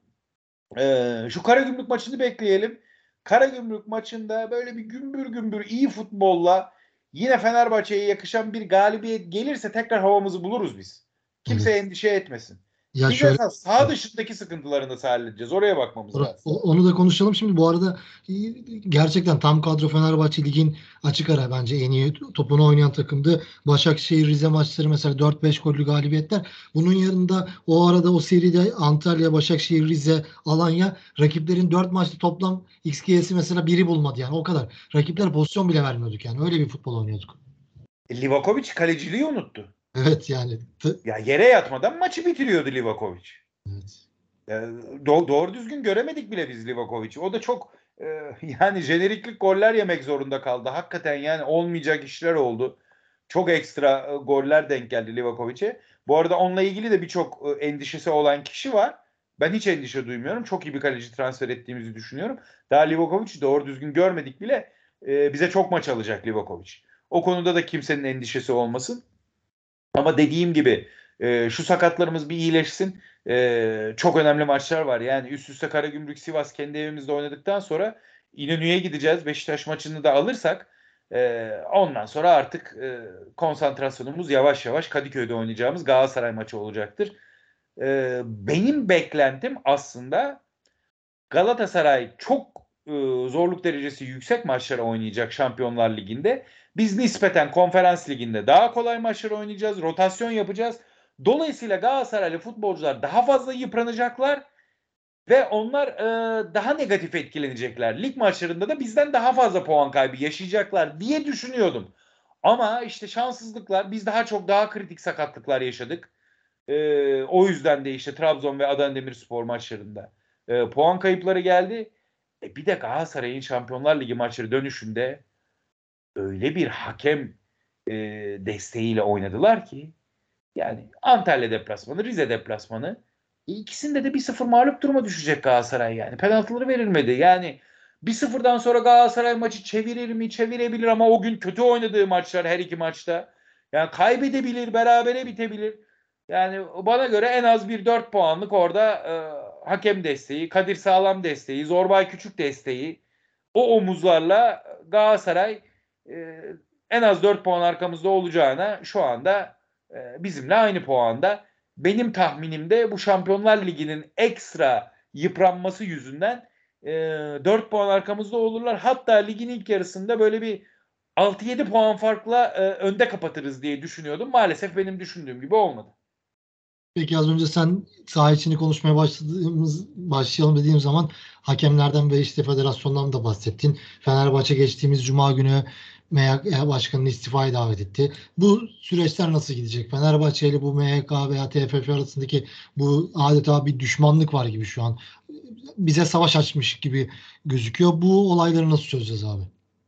ee, şu Karagümrük maçını bekleyelim. Karagümrük maçında böyle bir gümbür gümbür iyi futbolla yine Fenerbahçe'ye yakışan bir galibiyet gelirse tekrar havamızı buluruz biz. Kimse Evet. endişe etmesin. Ya Biz şöyle esas sağ dışındaki sıkıntılarını nasıl halledeceğiz? Oraya bakmamız Ora- lazım. o- Onu da konuşalım. Şimdi bu arada e, gerçekten tam kadro Fenerbahçe ligin açık ara bence en iyi topunu oynayan takımdı. Başakşehir Rize maçları mesela dört beş gollü galibiyetler. Bunun yanında o arada o seride Antalya, Başakşehir, Rize, Alanya rakiplerin dört maçta toplam X G'si mesela biri bulmadı yani o kadar. Rakipler pozisyon bile vermiyorduk yani öyle bir futbol oynuyorduk. E, Livakovic kaleciliği unuttu. Evet yani t- Ya yere yatmadan maçı bitiriyordu Livakovic. evet. E, do- doğru düzgün göremedik bile biz Livakovic'i. O da çok e, yani jeneriklik goller yemek zorunda kaldı. Hakikaten yani olmayacak işler oldu. Çok ekstra e, goller denk geldi Livakovic'e. Bu arada onunla ilgili de birçok e, endişesi olan kişi var. Ben hiç endişe duymuyorum. Çok iyi bir kaleci transfer ettiğimizi düşünüyorum. Daha Livakovic'i doğru düzgün görmedik bile. E, bize çok maç alacak Livakovic. O konuda da kimsenin endişesi olmasın. Ama dediğim gibi e, şu sakatlarımız bir iyileşsin. E, çok önemli maçlar var. Yani üst üste Karagümrük, Sivas kendi evimizde oynadıktan sonra İnönü'ye gideceğiz. Beşiktaş maçını da alırsak e, ondan sonra artık e, konsantrasyonumuz yavaş yavaş Kadıköy'de oynayacağımız Galatasaray maçı olacaktır. E, benim beklentim aslında Galatasaray çok e, zorluk derecesi yüksek maçları oynayacak Şampiyonlar Ligi'nde. Biz nispeten Konferans Ligi'nde daha kolay maçlar oynayacağız, rotasyon yapacağız. Dolayısıyla Galatasaraylı futbolcular daha fazla yıpranacaklar ve onlar e, daha negatif etkilenecekler. Lig maçlarında da bizden daha fazla puan kaybı yaşayacaklar diye düşünüyordum. Ama işte şanssızlıklar, biz daha çok daha kritik sakatlıklar yaşadık. E, o yüzden de işte Trabzon ve Adana Demirspor maçlarında e, puan kayıpları geldi. E, bir de Galatasaray'ın Şampiyonlar Ligi maçları dönüşünde öyle bir hakem e, desteğiyle oynadılar ki yani Antalya deplasmanı, Rize deplasmanı e, ikisinde de bir sıfır mağlup duruma düşecek Galatasaray yani. Penaltıları verilmedi. Yani bir sıfırdan sonra Galatasaray maçı çevirir mi? Çevirebilir ama o gün kötü oynadığı maçlar her iki maçta. Yani kaybedebilir, berabere bitebilir. Yani bana göre en az bir dört puanlık orada e, hakem desteği, Kadir Sağlam desteği, Zorbay Küçük desteği o omuzlarla Galatasaray e, en az dört puan arkamızda olacağına şu anda e, bizimle aynı puanda. Benim tahminimde bu Şampiyonlar Ligi'nin ekstra yıpranması yüzünden e, dört puan arkamızda olurlar. Hatta ligin ilk yarısında böyle bir altı yedi puan farkla e, önde kapatırız diye düşünüyordum. Maalesef benim düşündüğüm gibi olmadı. Peki az önce sen saha içini konuşmaya başladığımız başlayalım dediğim zaman hakemlerden ve işte federasyondan da bahsettin. Fenerbahçe geçtiğimiz Cuma günü M H K Başkanı'nı istifaya davet etti. Bu süreçler nasıl gidecek? Fenerbahçe ile bu M H K veya T F F arasındaki bu adeta bir düşmanlık var gibi şu an. Bize savaş açmış gibi gözüküyor. Bu olayları nasıl çözeceğiz abi?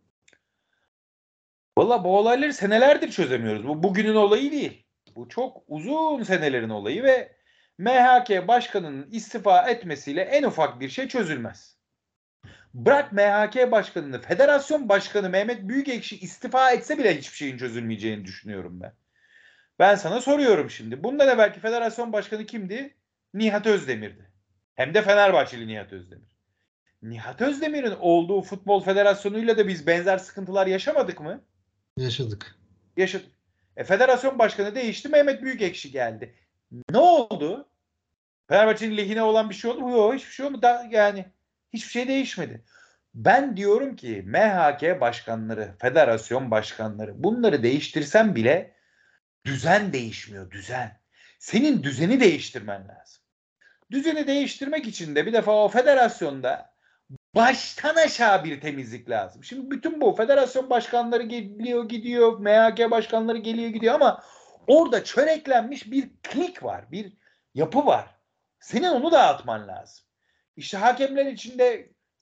Valla bu olayları senelerdir çözemiyoruz. Bu bugünün olayı değil. Bu çok uzun senelerin olayı ve M H K başkanının istifa etmesiyle en ufak bir şey çözülmez. Bırak M H K başkanını, federasyon başkanı Mehmet Büyükekşi istifa etse bile hiçbir şeyin çözülmeyeceğini düşünüyorum ben. Ben sana soruyorum şimdi. Bundan evvelki federasyon başkanı kimdi? Nihat Özdemir'di. Hem de Fenerbahçeli Nihat Özdemir. Nihat Özdemir'in olduğu futbol federasyonuyla da biz benzer sıkıntılar yaşamadık mı? Yaşadık. Yaşadık. E, federasyon başkanı değişti, Mehmet Büyükekşi geldi. Ne oldu? Fenerbahçe'nin lehine olan bir şey oldu mu? Yok, hiçbir şey olmadı. Da, yani hiçbir şey değişmedi. Ben diyorum ki M H K başkanları, federasyon başkanları bunları değiştirsen bile düzen değişmiyor, düzen. Senin düzeni değiştirmen lazım. Düzeni değiştirmek için de bir defa o federasyonda baştan aşağı bir temizlik lazım. Şimdi bütün bu federasyon başkanları geliyor gidiyor, M H K başkanları geliyor gidiyor ama orada çöreklenmiş bir klik var, bir yapı var. Senin onu dağıtman lazım. İşte hakemler içinde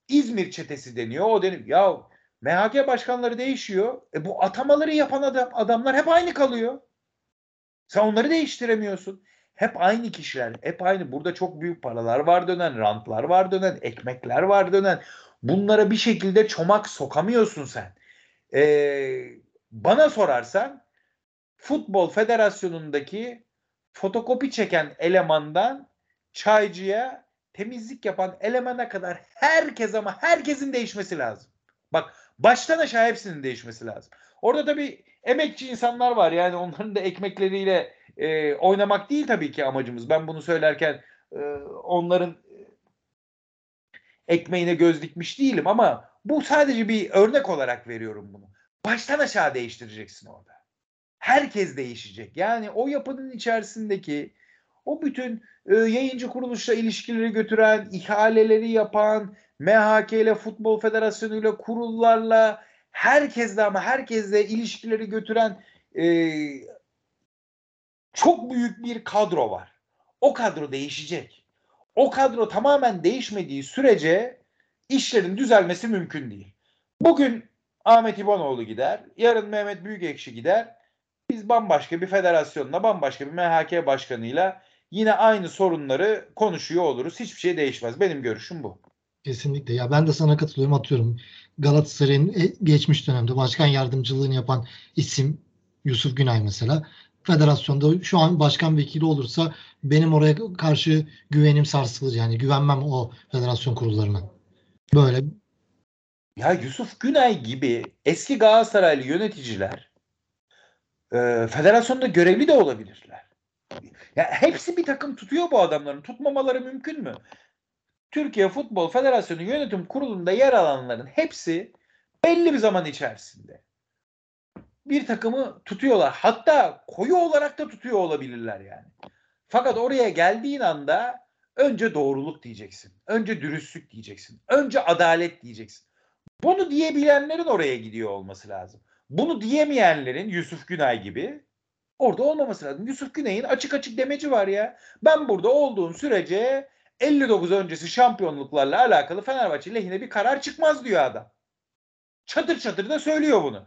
İzmir çetesi deniyor. O deniyor. Ya M H K başkanları değişiyor. E bu atamaları yapan adam, adamlar hep aynı kalıyor. Sen onları değiştiremiyorsun. Hep aynı kişiler. Hep aynı. Burada çok büyük paralar var dönen. Rantlar var dönen. Ekmekler var dönen. Bunlara bir şekilde çomak sokamıyorsun sen. Ee, bana sorarsan Futbol Federasyonu'ndaki fotokopi çeken elemandan çaycıya, temizlik yapan elemana kadar herkes, ama herkesin değişmesi lazım. Bak, baştan aşağı hepsinin değişmesi lazım. Orada tabii emekçi insanlar var. Yani onların da ekmekleriyle e, oynamak değil tabii ki amacımız. Ben bunu söylerken e, onların ekmeğine göz dikmiş değilim, ama bu sadece bir örnek olarak veriyorum bunu. Baştan aşağı değiştireceksin orada. Herkes değişecek. Yani o yapının içerisindeki o bütün e, yayıncı kuruluşla ilişkileri götüren, ihaleleri yapan, M H K ile Futbol Federasyonu ile kurullarla, herkesle, ama herkesle ilişkileri götüren e, çok büyük bir kadro var. O kadro değişecek. O kadro tamamen değişmediği sürece işlerin düzelmesi mümkün değil. Bugün Ahmet İbanoğlu gider, yarın Mehmet Büyükekşi gider. Biz bambaşka bir federasyonla, bambaşka bir M H K başkanıyla yine aynı sorunları konuşuyor oluruz. Hiçbir şey değişmez. Benim görüşüm bu. Kesinlikle. Ya ben de sana katılıyorum. Atıyorum Galatasaray'ın e- geçmiş dönemde başkan yardımcılığını yapan isim Yusuf Günay mesela. Federasyonda şu an başkan vekili olursa benim oraya karşı güvenim sarsılır. Yani güvenmem o federasyon kurullarına. Böyle. Ya Yusuf Günay gibi eski Galatasaraylı yöneticiler e, federasyonda görevli de olabilirler. Ya hepsi bir takım tutuyor bu adamların. Tutmamaları mümkün mü? Türkiye Futbol Federasyonu Yönetim Kurulu'nda yer alanların hepsi belli bir zaman içerisinde bir takımı tutuyorlar. Hatta koyu olarak da tutuyor olabilirler yani. Fakat oraya geldiğin anda önce doğruluk diyeceksin. Önce dürüstlük diyeceksin. Önce adalet diyeceksin. Bunu diyebilenlerin oraya gidiyor olması lazım. Bunu diyemeyenlerin, Yusuf Günay gibi, orada olmaması lazım. Yusuf Günay'ın açık açık demeci var ya. Ben burada olduğum sürece elli dokuz öncesi şampiyonluklarla alakalı Fenerbahçe lehine bir karar çıkmaz diyor adam. Çatır çatır da söylüyor bunu.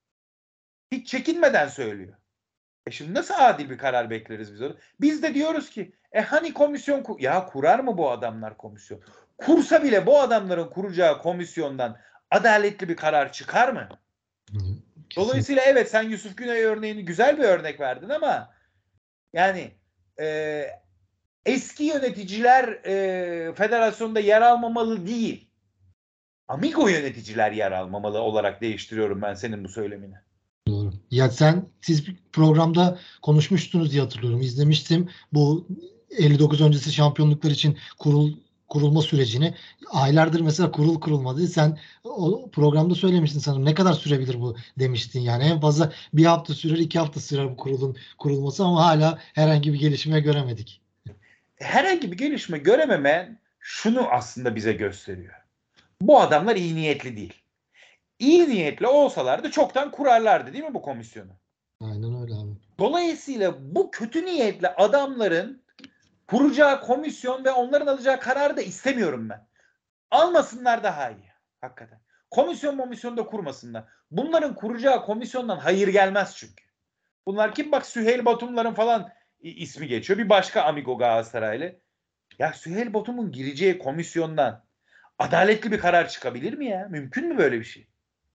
Hiç çekinmeden söylüyor. E şimdi nasıl adil bir karar bekleriz biz onu? Biz de diyoruz ki e hani komisyon kur ya kurar mı bu adamlar komisyon? Kursa bile bu adamların kuracağı komisyondan adaletli bir karar çıkar mı? Kesinlikle Dolayısıyla evet, sen Yusuf Günay örneğini güzel bir örnek verdin, ama yani e, eski yöneticiler e, federasyonda yer almamalı değil. Amigo yöneticiler yer almamalı olarak değiştiriyorum ben senin bu söylemini. doğru. Ya sen siz bir programda konuşmuştunuz diye hatırlıyorum. İzlemiştim. Bu elli dokuz öncesi şampiyonluklar için kurul kurulma sürecini. Aylardır mesela kurul kurulmadı. Sen o programda söylemiştin sanırım. Ne kadar sürebilir bu demiştin. Yani en fazla bir hafta sürer, iki hafta sürer bu kurulun kurulması, ama hala herhangi bir gelişme göremedik. Herhangi bir gelişme görememen şunu aslında bize gösteriyor. Bu adamlar iyi niyetli değil. İyi niyetli olsalardı çoktan kurarlardı değil mi bu komisyonu? Aynen öyle abi. Dolayısıyla bu kötü niyetli adamların kuracağı komisyon ve onların alacağı kararı da istemiyorum ben. Almasınlar daha iyi. Hakikaten. Komisyon komisyon da kurmasınlar. Bunların kuracağı komisyondan hayır gelmez çünkü. Bunlar kim? Bak, Süheyl Batumların falan ismi geçiyor. Bir başka amigo Galatasaraylı. Ya Süheyl Batum'un gireceği komisyondan adaletli bir karar çıkabilir mi ya? Mümkün mü böyle bir şey?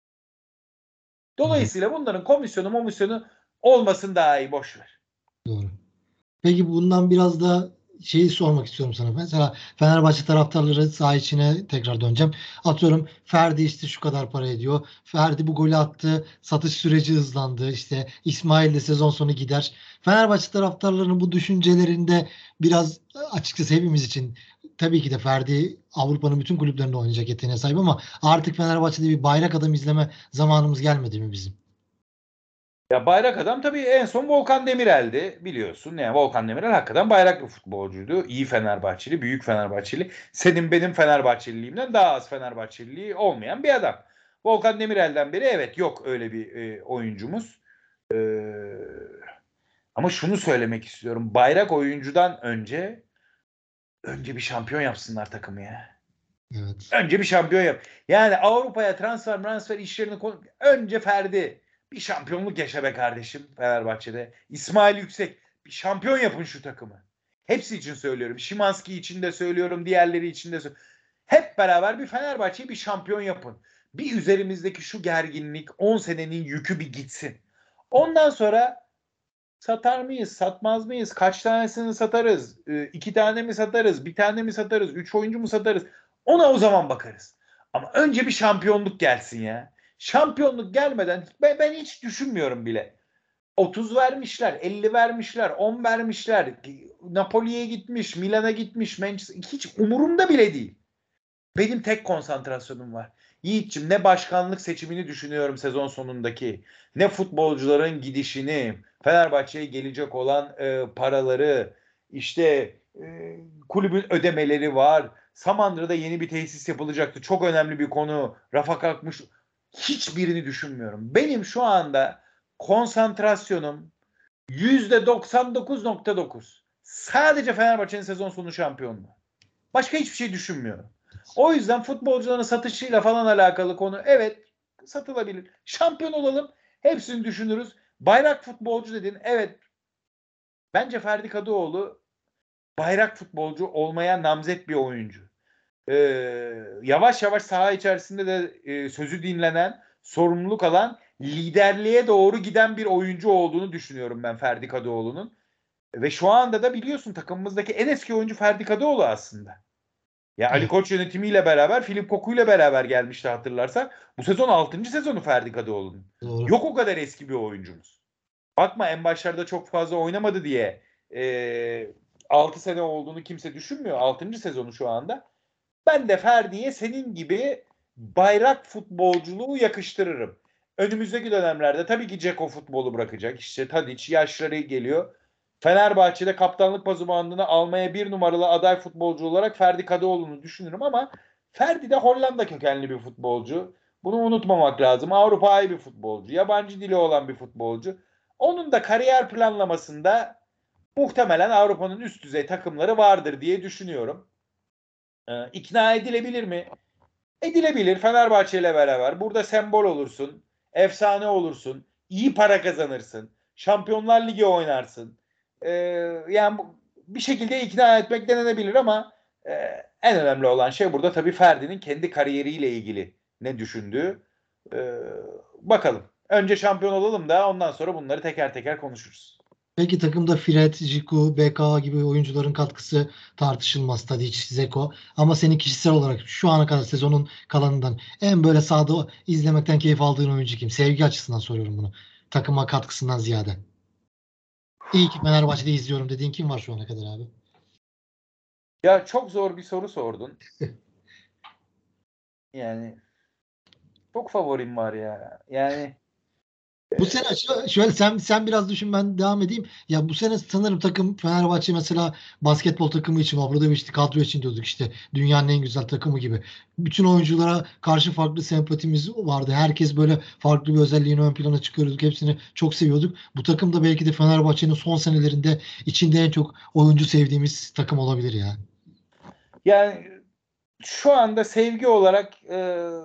Evet, Dolayısıyla bunların komisyonu komisyonu olmasın, daha iyi, boş ver. doğru. Peki bundan biraz da şeyi sormak istiyorum sana. Mesela Fenerbahçe taraftarları saha içine tekrar döneceğim. Atıyorum Ferdi işte şu kadar para ediyor. Ferdi bu golü attı. Satış süreci hızlandı. İşte İsmail de sezon sonu gider. Fenerbahçe taraftarlarının bu düşüncelerinde biraz, açıkçası hepimiz için, tabii ki de Ferdi Avrupa'nın bütün kulüplerinde oynayacak yeteneğe sahip, ama artık Fenerbahçe'de bir bayrak adam izleme zamanımız gelmedi mi bizim? Ya bayrak adam tabii en son Volkan Demirel'di, biliyorsun. Yani Volkan Demirel hakikaten bayrak bir futbolcuydu. İyi Fenerbahçeli, büyük Fenerbahçeli. Senin benim Fenerbahçeliliğimden daha az Fenerbahçeliliği olmayan bir adam. Volkan Demirel'den beri evet, yok öyle bir e, oyuncumuz. E, ama şunu söylemek istiyorum. Bayrak oyuncudan önce önce bir şampiyon yapsınlar takımı ya. Evet. Önce bir şampiyon yap. Yani Avrupa'ya transfer transfer işlerini konu- önce Ferdi bir şampiyonluk yaşa be kardeşim Fenerbahçe'de. İsmail Yüksek bir şampiyon yapın şu takımı. Hepsi için söylüyorum. Şimanski için de söylüyorum, diğerleri için de söylüyorum. Hep beraber bir Fenerbahçe'yi bir şampiyon yapın. Bir üzerimizdeki şu gerginlik on senenin yükü bir gitsin. Ondan sonra satar mıyız, satmaz mıyız? Kaç tanesini satarız? Ee, iki tane mi satarız? Bir tane mi satarız? Üç oyuncu mu satarız? Ona o zaman bakarız. Ama önce bir şampiyonluk gelsin ya. Şampiyonluk gelmeden ben, ben hiç düşünmüyorum bile. otuz vermişler, elli vermişler, on vermişler. Napoli'ye gitmiş, Milan'a gitmiş, Manchester hiç umurumda bile değil. Benim tek konsantrasyonum var. Yiğit'ciğim ne başkanlık seçimini düşünüyorum sezon sonundaki, ne futbolcuların gidişini, Fenerbahçe'ye gelecek olan e, paraları, işte e, kulübün ödemeleri var. Samandıra'da yeni bir tesis yapılacaktı. Çok önemli bir konu. Rafa kalkmış. Hiçbirini düşünmüyorum. Benim şu anda konsantrasyonum yüzde doksan dokuz nokta dokuz. Sadece Fenerbahçe'nin sezon sonu şampiyonluğu. Başka hiçbir şey düşünmüyorum. O yüzden futbolcuların satışıyla falan alakalı konu evet satılabilir. Şampiyon olalım hepsini düşünürüz. Bayrak futbolcu dedin. Evet bence Ferdi Kadıoğlu bayrak futbolcu olmaya namzet bir oyuncu. Ee, yavaş yavaş saha içerisinde de e, sözü dinlenen, sorumluluk alan, liderliğe doğru giden bir oyuncu olduğunu düşünüyorum ben Ferdi Kadıoğlu'nun. Ve şu anda da biliyorsun takımımızdaki en eski oyuncu Ferdi Kadıoğlu aslında. Ya Ali Evet. Koç yönetimiyle beraber, Filip Koku'yla beraber gelmişti hatırlarsak. Bu sezon altıncı sezonu Ferdi Kadıoğlu'nun. Doğru. Yok o kadar eski bir oyuncumuz. Bakma en başlarda çok fazla oynamadı diye e, altı sene olduğunu kimse düşünmüyor. altıncı sezonu şu anda. Ben de Ferdi'ye senin gibi bayrak futbolculuğu yakıştırırım. Önümüzdeki dönemlerde tabii ki Ceko futbolu bırakacak. İşte Tadic yaşları geliyor. Fenerbahçe'de kaptanlık pazumandını almaya bir numaralı aday futbolcu olarak Ferdi Kadıoğlu'nu düşünürüm ama Ferdi de Hollanda kökenli bir futbolcu. Bunu unutmamak lazım. Avrupa'yı bir futbolcu. Yabancı dili olan bir futbolcu. Onun da kariyer planlamasında muhtemelen Avrupa'nın üst düzey takımları vardır diye düşünüyorum. Ee, ikna edilebilir mi? Edilebilir. Fenerbahçe ile beraber. Burada sembol olursun. Efsane olursun. İyi para kazanırsın. Şampiyonlar Ligi oynarsın. Ee, yani bir şekilde ikna etmek denenebilir ama e, en önemli olan şey burada tabii Ferdi'nin kendi kariyeriyle ilgili ne düşündüğü. Ee, bakalım. Önce şampiyon olalım da ondan sonra bunları teker teker konuşuruz. Peki takımda Fred, Jiku, B K gibi oyuncuların katkısı tartışılmaz. Tadic, Zeko. Ama senin kişisel olarak şu ana kadar sezonun kalanından en böyle sahada izlemekten keyif aldığın oyuncu kim? Sevgi açısından soruyorum bunu. Takıma katkısından ziyade. İyi ki Fenerbahçe'de izliyorum dediğin kim var şu ana kadar abi? Ya çok zor bir soru sordun. Yani çok favorim var ya. Yani Bu sene şö- şöyle sen sen biraz düşün ben devam edeyim. Ya bu sene sanırım takım Fenerbahçe mesela basketbol takımı için Obradoviç'ti kadro için diyorduk işte dünyanın en güzel takımı gibi. Bütün oyunculara karşı farklı sempatimiz vardı. Herkes böyle farklı bir özelliğini ön plana çıkarıyorduk. Hepsini çok seviyorduk. Bu takım da belki de Fenerbahçe'nin son senelerinde içinde en çok oyuncu sevdiğimiz takım olabilir ya. yani şu anda sevgi olarak e,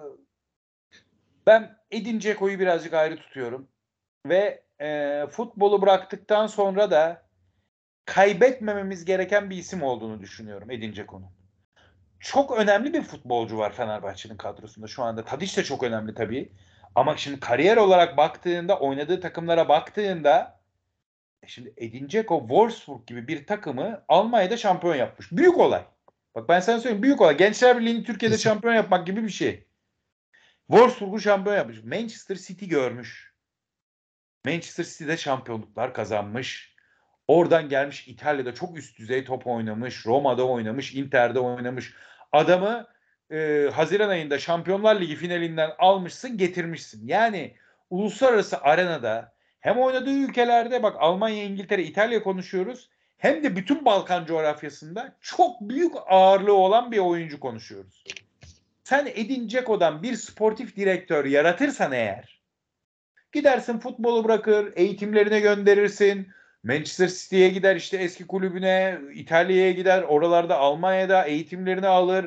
ben Edin Dzeko'yu birazcık ayrı tutuyorum. Ve e, futbolu bıraktıktan sonra da kaybetmememiz gereken bir isim olduğunu düşünüyorum Edin Dzeko'nun. Çok önemli bir futbolcu var Fenerbahçe'nin kadrosunda şu anda. Tadiç de çok önemli tabii. Ama şimdi kariyer olarak baktığında, oynadığı takımlara baktığında e şimdi Edin Dzeko Wolfsburg gibi bir takımı Almanya'da şampiyon yapmış. Büyük olay. Bak ben sana söyleyeyim büyük olay. Gençler Birliği'ni Türkiye'de Kesin. şampiyon yapmak gibi bir şey. Wolfsburg'u şampiyon yapmış. Manchester City görmüş. Manchester City'de şampiyonluklar kazanmış. Oradan gelmiş İtalya'da çok üst düzey top oynamış. Roma'da oynamış, Inter'de oynamış. Adamı e, Haziran ayında Şampiyonlar Ligi finalinden almışsın, getirmişsin. Yani uluslararası arenada hem oynadığı ülkelerde bak Almanya, İngiltere, İtalya konuşuyoruz. Hem de bütün Balkan coğrafyasında çok büyük ağırlığı olan bir oyuncu konuşuyoruz. Sen Edin Dzeko'dan bir sportif direktör yaratırsan eğer gidersin futbolu bırakır, eğitimlerine gönderirsin. Manchester City'ye gider işte eski kulübüne, İtalya'ya gider, oralarda Almanya'da eğitimlerini alır.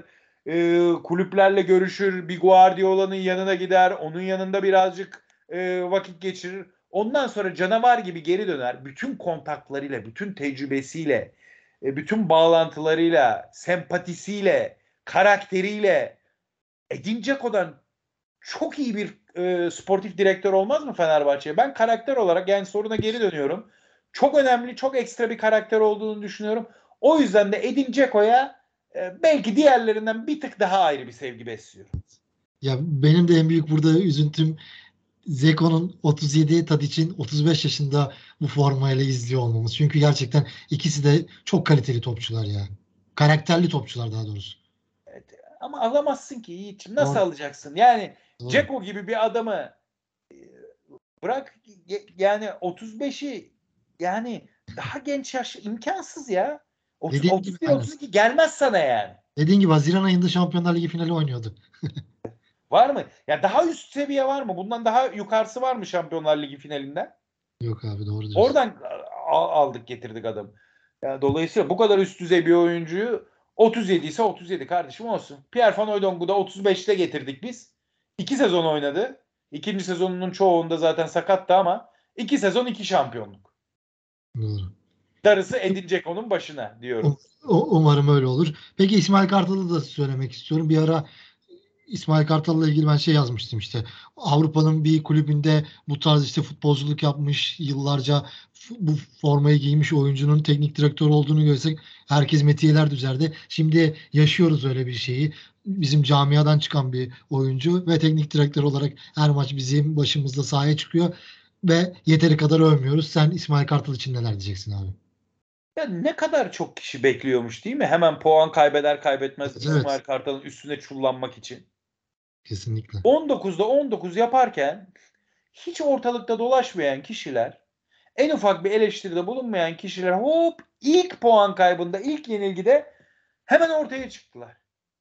e, kulüplerle görüşür, bir Guardiola'nın yanına gider, onun yanında birazcık e, vakit geçirir. Ondan sonra canavar gibi geri döner. Bütün kontaklarıyla, bütün tecrübesiyle, e, bütün bağlantılarıyla, sempatisiyle, karakteriyle Edin Dzeko'dan çok iyi bir e, sportif direktör olmaz mı Fenerbahçe'ye? Ben karakter olarak, yani soruna geri dönüyorum, çok önemli, çok ekstra bir karakter olduğunu düşünüyorum. O yüzden de Edin Dzeko'ya e, belki diğerlerinden bir tık daha ayrı bir sevgi besliyorum. Ya benim de en büyük burada üzüntüm Zeko'nun otuz yedi, Tadic'in otuz beş yaşında bu formayla izliyor olmamız. Çünkü gerçekten ikisi de çok kaliteli topçular ya. Karakterli topçular daha doğrusu. Evet, ama alamazsın ki Yiğit'ciğim. Nasıl Doğru. alacaksın? Yani Doğru. Dzeko gibi bir adamı e, bırak, yani otuz beşi, yani daha genç yaş imkansız ya. Dediğin gibi otuz bir aynen. otuz iki gelmez sana yani. Dediğin gibi Haziran ayında Şampiyonlar Ligi finali oynuyordu. Var mı? Ya daha üst seviye var mı? Bundan daha yukarısı var mı Şampiyonlar Ligi finalinden? Yok abi doğru diyorsun. Oradan aldık getirdik adamı. Yani dolayısıyla bu kadar üst düzey bir oyuncuyu, otuz yedi ise otuz yedi kardeşim olsun. Pierre Van Hooydonk'u da otuz beşte getirdik biz. İki sezon oynadı. İkinci sezonunun çoğunda zaten sakattı ama iki sezon iki şampiyonluk. Doğru. Darısı Edin Dzeko'nun başına Um- diyorum. o- Umarım öyle olur. Peki İsmail Kartal'ı da söylemek istiyorum. Bir ara İsmail Kartal'la ilgili ben şey yazmıştım işte. Avrupa'nın bir kulübünde bu tarz işte futbolculuk yapmış, yıllarca f- bu formayı giymiş oyuncunun teknik direktör olduğunu görsek herkes metiyeler düzerdi. Şimdi yaşıyoruz öyle bir şeyi. Bizim camiadan çıkan bir oyuncu ve teknik direktör olarak her maç bizim başımızda sahaya çıkıyor ve yeteri kadar övmüyoruz. Sen İsmail Kartal için neler diyeceksin abi? Ya ne kadar çok kişi bekliyormuş değil mi? Hemen puan kaybeder kaybetmez Evet, İsmail evet. Kartal'ın üstüne çullanmak için. Kesinlikle. on dokuzda on dokuz yaparken hiç ortalıkta dolaşmayan kişiler, en ufak bir eleştiride bulunmayan kişiler hop ilk puan kaybında, ilk yenilgide hemen ortaya çıktılar.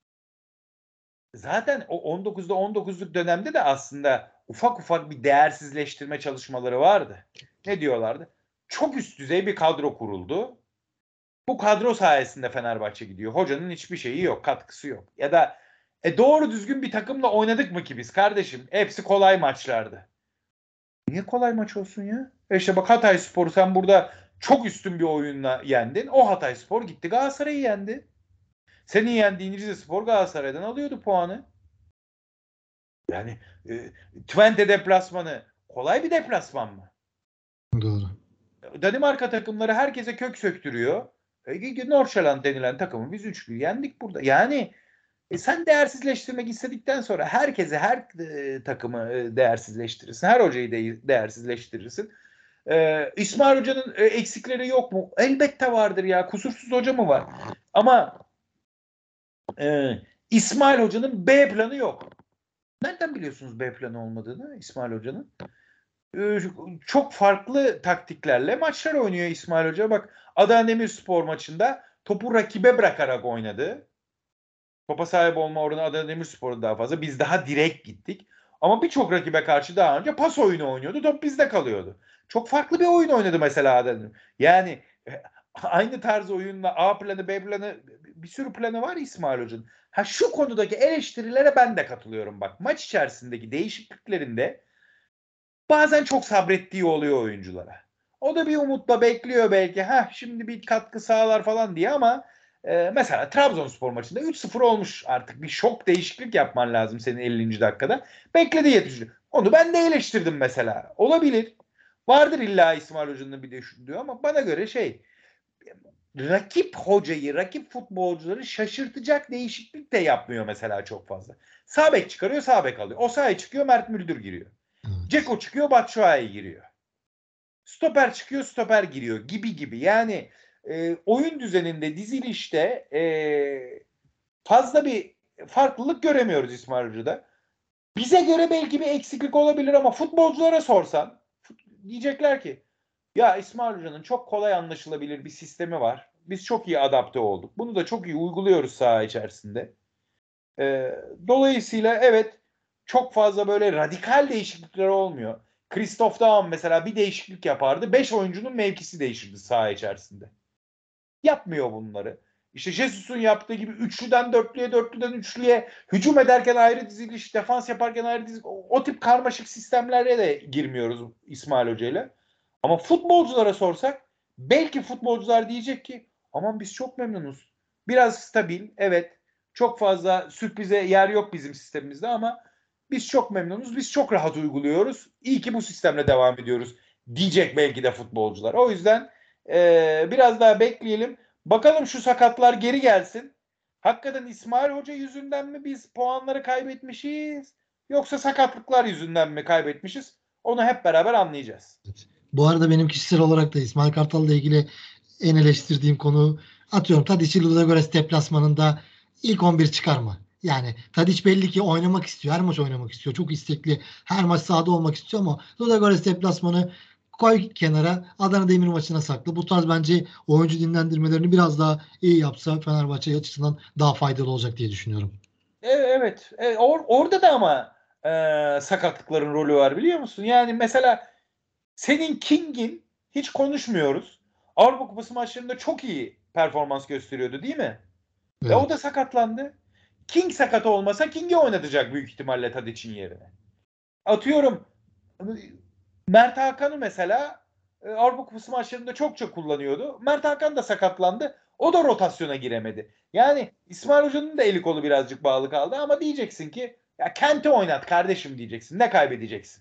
Zaten o on dokuzda on dokuzluk dönemde de aslında ufak ufak bir değersizleştirme çalışmaları vardı. Ne diyorlardı? Çok üst düzey bir kadro kuruldu. Bu kadro sayesinde Fenerbahçe gidiyor. Hocanın hiçbir şeyi yok, katkısı yok. Ya da e doğru düzgün bir takımla oynadık mı ki biz kardeşim? Hepsi kolay maçlardı. Niye kolay maç olsun ya? E işte bak, Hatayspor'u sen burada çok üstün bir oyunla yendin. O Hatayspor gitti Galatasaray'ı yendi. Senin yendiğin Rizespor Galatasaray'dan alıyordu puanı. Yani e, Twente deplasmanı kolay bir deplasman mı? Doğru. Danimarka takımları herkese kök söktürüyor. E, Nordsjælland denilen takımı biz üç bir yendik burada. Yani e, sen değersizleştirmek istedikten sonra herkese, her e, takımı e, değersizleştirirsin. Her hocayı de, değersizleştirirsin. E, İsmail Hoca'nın e, eksikleri yok mu? Elbette vardır ya. Kusursuz hoca mı var? Ama e, İsmail Hoca'nın B planı yok. Nereden biliyorsunuz B planı olmadığını İsmail Hoca'nın? E, çok farklı taktiklerle maçlar oynuyor İsmail Hoca. Bak, Adana Demirspor maçında topu rakibe bırakarak oynadı. Topa sahip olma oranı Adana Demirspor'da daha fazla. Biz daha direkt gittik. Ama birçok rakibe karşı daha önce pas oyunu oynuyordu. Top bizde kalıyordu. Çok farklı bir oyun oynadı mesela Adana Demir. Yani e, aynı tarz oyunla A planı, B planı, bir sürü planı var İsmail Hoca'nın. Ha, şu konudaki eleştirilere ben de katılıyorum bak. Maç içerisindeki değişikliklerinde bazen çok sabrettiği oluyor oyunculara. O da bir umutla bekliyor belki. Ha, şimdi bir katkı sağlar falan diye ama e, mesela Trabzonspor maçında üç sıfır olmuş, artık bir şok değişiklik yapman lazım senin ellinci dakikada. Bekledi yetmişinci. Onu ben de eleştirdim mesela. Olabilir. Vardır illa İsmail Hoca'nın bir düşündüğü ama bana göre şey, rakip hocayı, rakip futbolcuları şaşırtacak değişiklik de yapmıyor mesela çok fazla. Sağ bek çıkarıyor, sağ bek alıyor. O sahaya çıkıyor, Mert Müldür giriyor. Evet. Ceko çıkıyor, Batshuayi giriyor. Stoper çıkıyor, stoper giriyor gibi gibi. Yani e, oyun düzeninde, dizilişte e, fazla bir farklılık göremiyoruz İsmail Hoca'da. Bize göre belki bir eksiklik olabilir ama futbolculara sorsan diyecekler ki ya İsmail Hoca'nın çok kolay anlaşılabilir bir sistemi var. Biz çok iyi adapte olduk. Bunu da çok iyi uyguluyoruz saha içerisinde. E, dolayısıyla evet, çok fazla böyle radikal değişiklikler olmuyor. Christoph Daum mesela bir değişiklik yapardı. Beş oyuncunun mevkisi değişirdi saha içerisinde. Yapmıyor bunları. İşte Jesus'un yaptığı gibi üçlüden dörtlüye, dörtlüden üçlüye hücum ederken ayrı diziliş, defans yaparken ayrı diziliş. O, o tip karmaşık sistemlere de girmiyoruz İsmail Hoca ile. Ama futbolculara sorsak belki futbolcular diyecek ki aman biz çok memnunuz. Biraz stabil, evet. Çok fazla sürprize yer yok bizim sistemimizde ama biz çok memnunuz. Biz çok rahat uyguluyoruz. İyi ki bu sistemle devam ediyoruz diyecek belki de futbolcular. O yüzden e, biraz daha bekleyelim. Bakalım şu sakatlar geri gelsin. Hakikaten İsmail Hoca yüzünden mi biz puanları kaybetmişiz? Yoksa sakatlıklar yüzünden mi kaybetmişiz? Onu hep beraber anlayacağız. Bu arada benim kişisel olarak da İsmail Kartal'la ilgili en eleştirdiğim konu, atıyorum Tadiç'i Ludogorets deplasmanında ilk on bir çıkarma. Yani Tadiç belli ki oynamak istiyor. Her maç oynamak istiyor. Çok istekli. Her maç sahada olmak istiyor ama Ludogorets deplasmanı koy kenara, Adana Demir maçına saklı. Bu tarz bence oyuncu dinlendirmelerini biraz daha iyi yapsa Fenerbahçe açısından daha faydalı olacak diye düşünüyorum. E, evet. E, or- orada da ama e, sakatlıkların rolü var biliyor musun? Yani mesela senin King'in hiç konuşmuyoruz. Avrupa Kupası maçlarında çok iyi performans gösteriyordu değil mi? E, o da Evet. sakatlandı. King sakat olmasa King'i oynatacak büyük ihtimalle Tadic'in yerine. Atıyorum Mert Hakan'ı mesela e, Avrupa Kupası maçlarında çokça kullanıyordu. Mert Hakan da sakatlandı. O da rotasyona giremedi. Yani İsmail Hoca'nın da eli kolu birazcık bağlı kaldı ama diyeceksin ki ya Kent'i oynat kardeşim diyeceksin. Ne kaybedeceksin?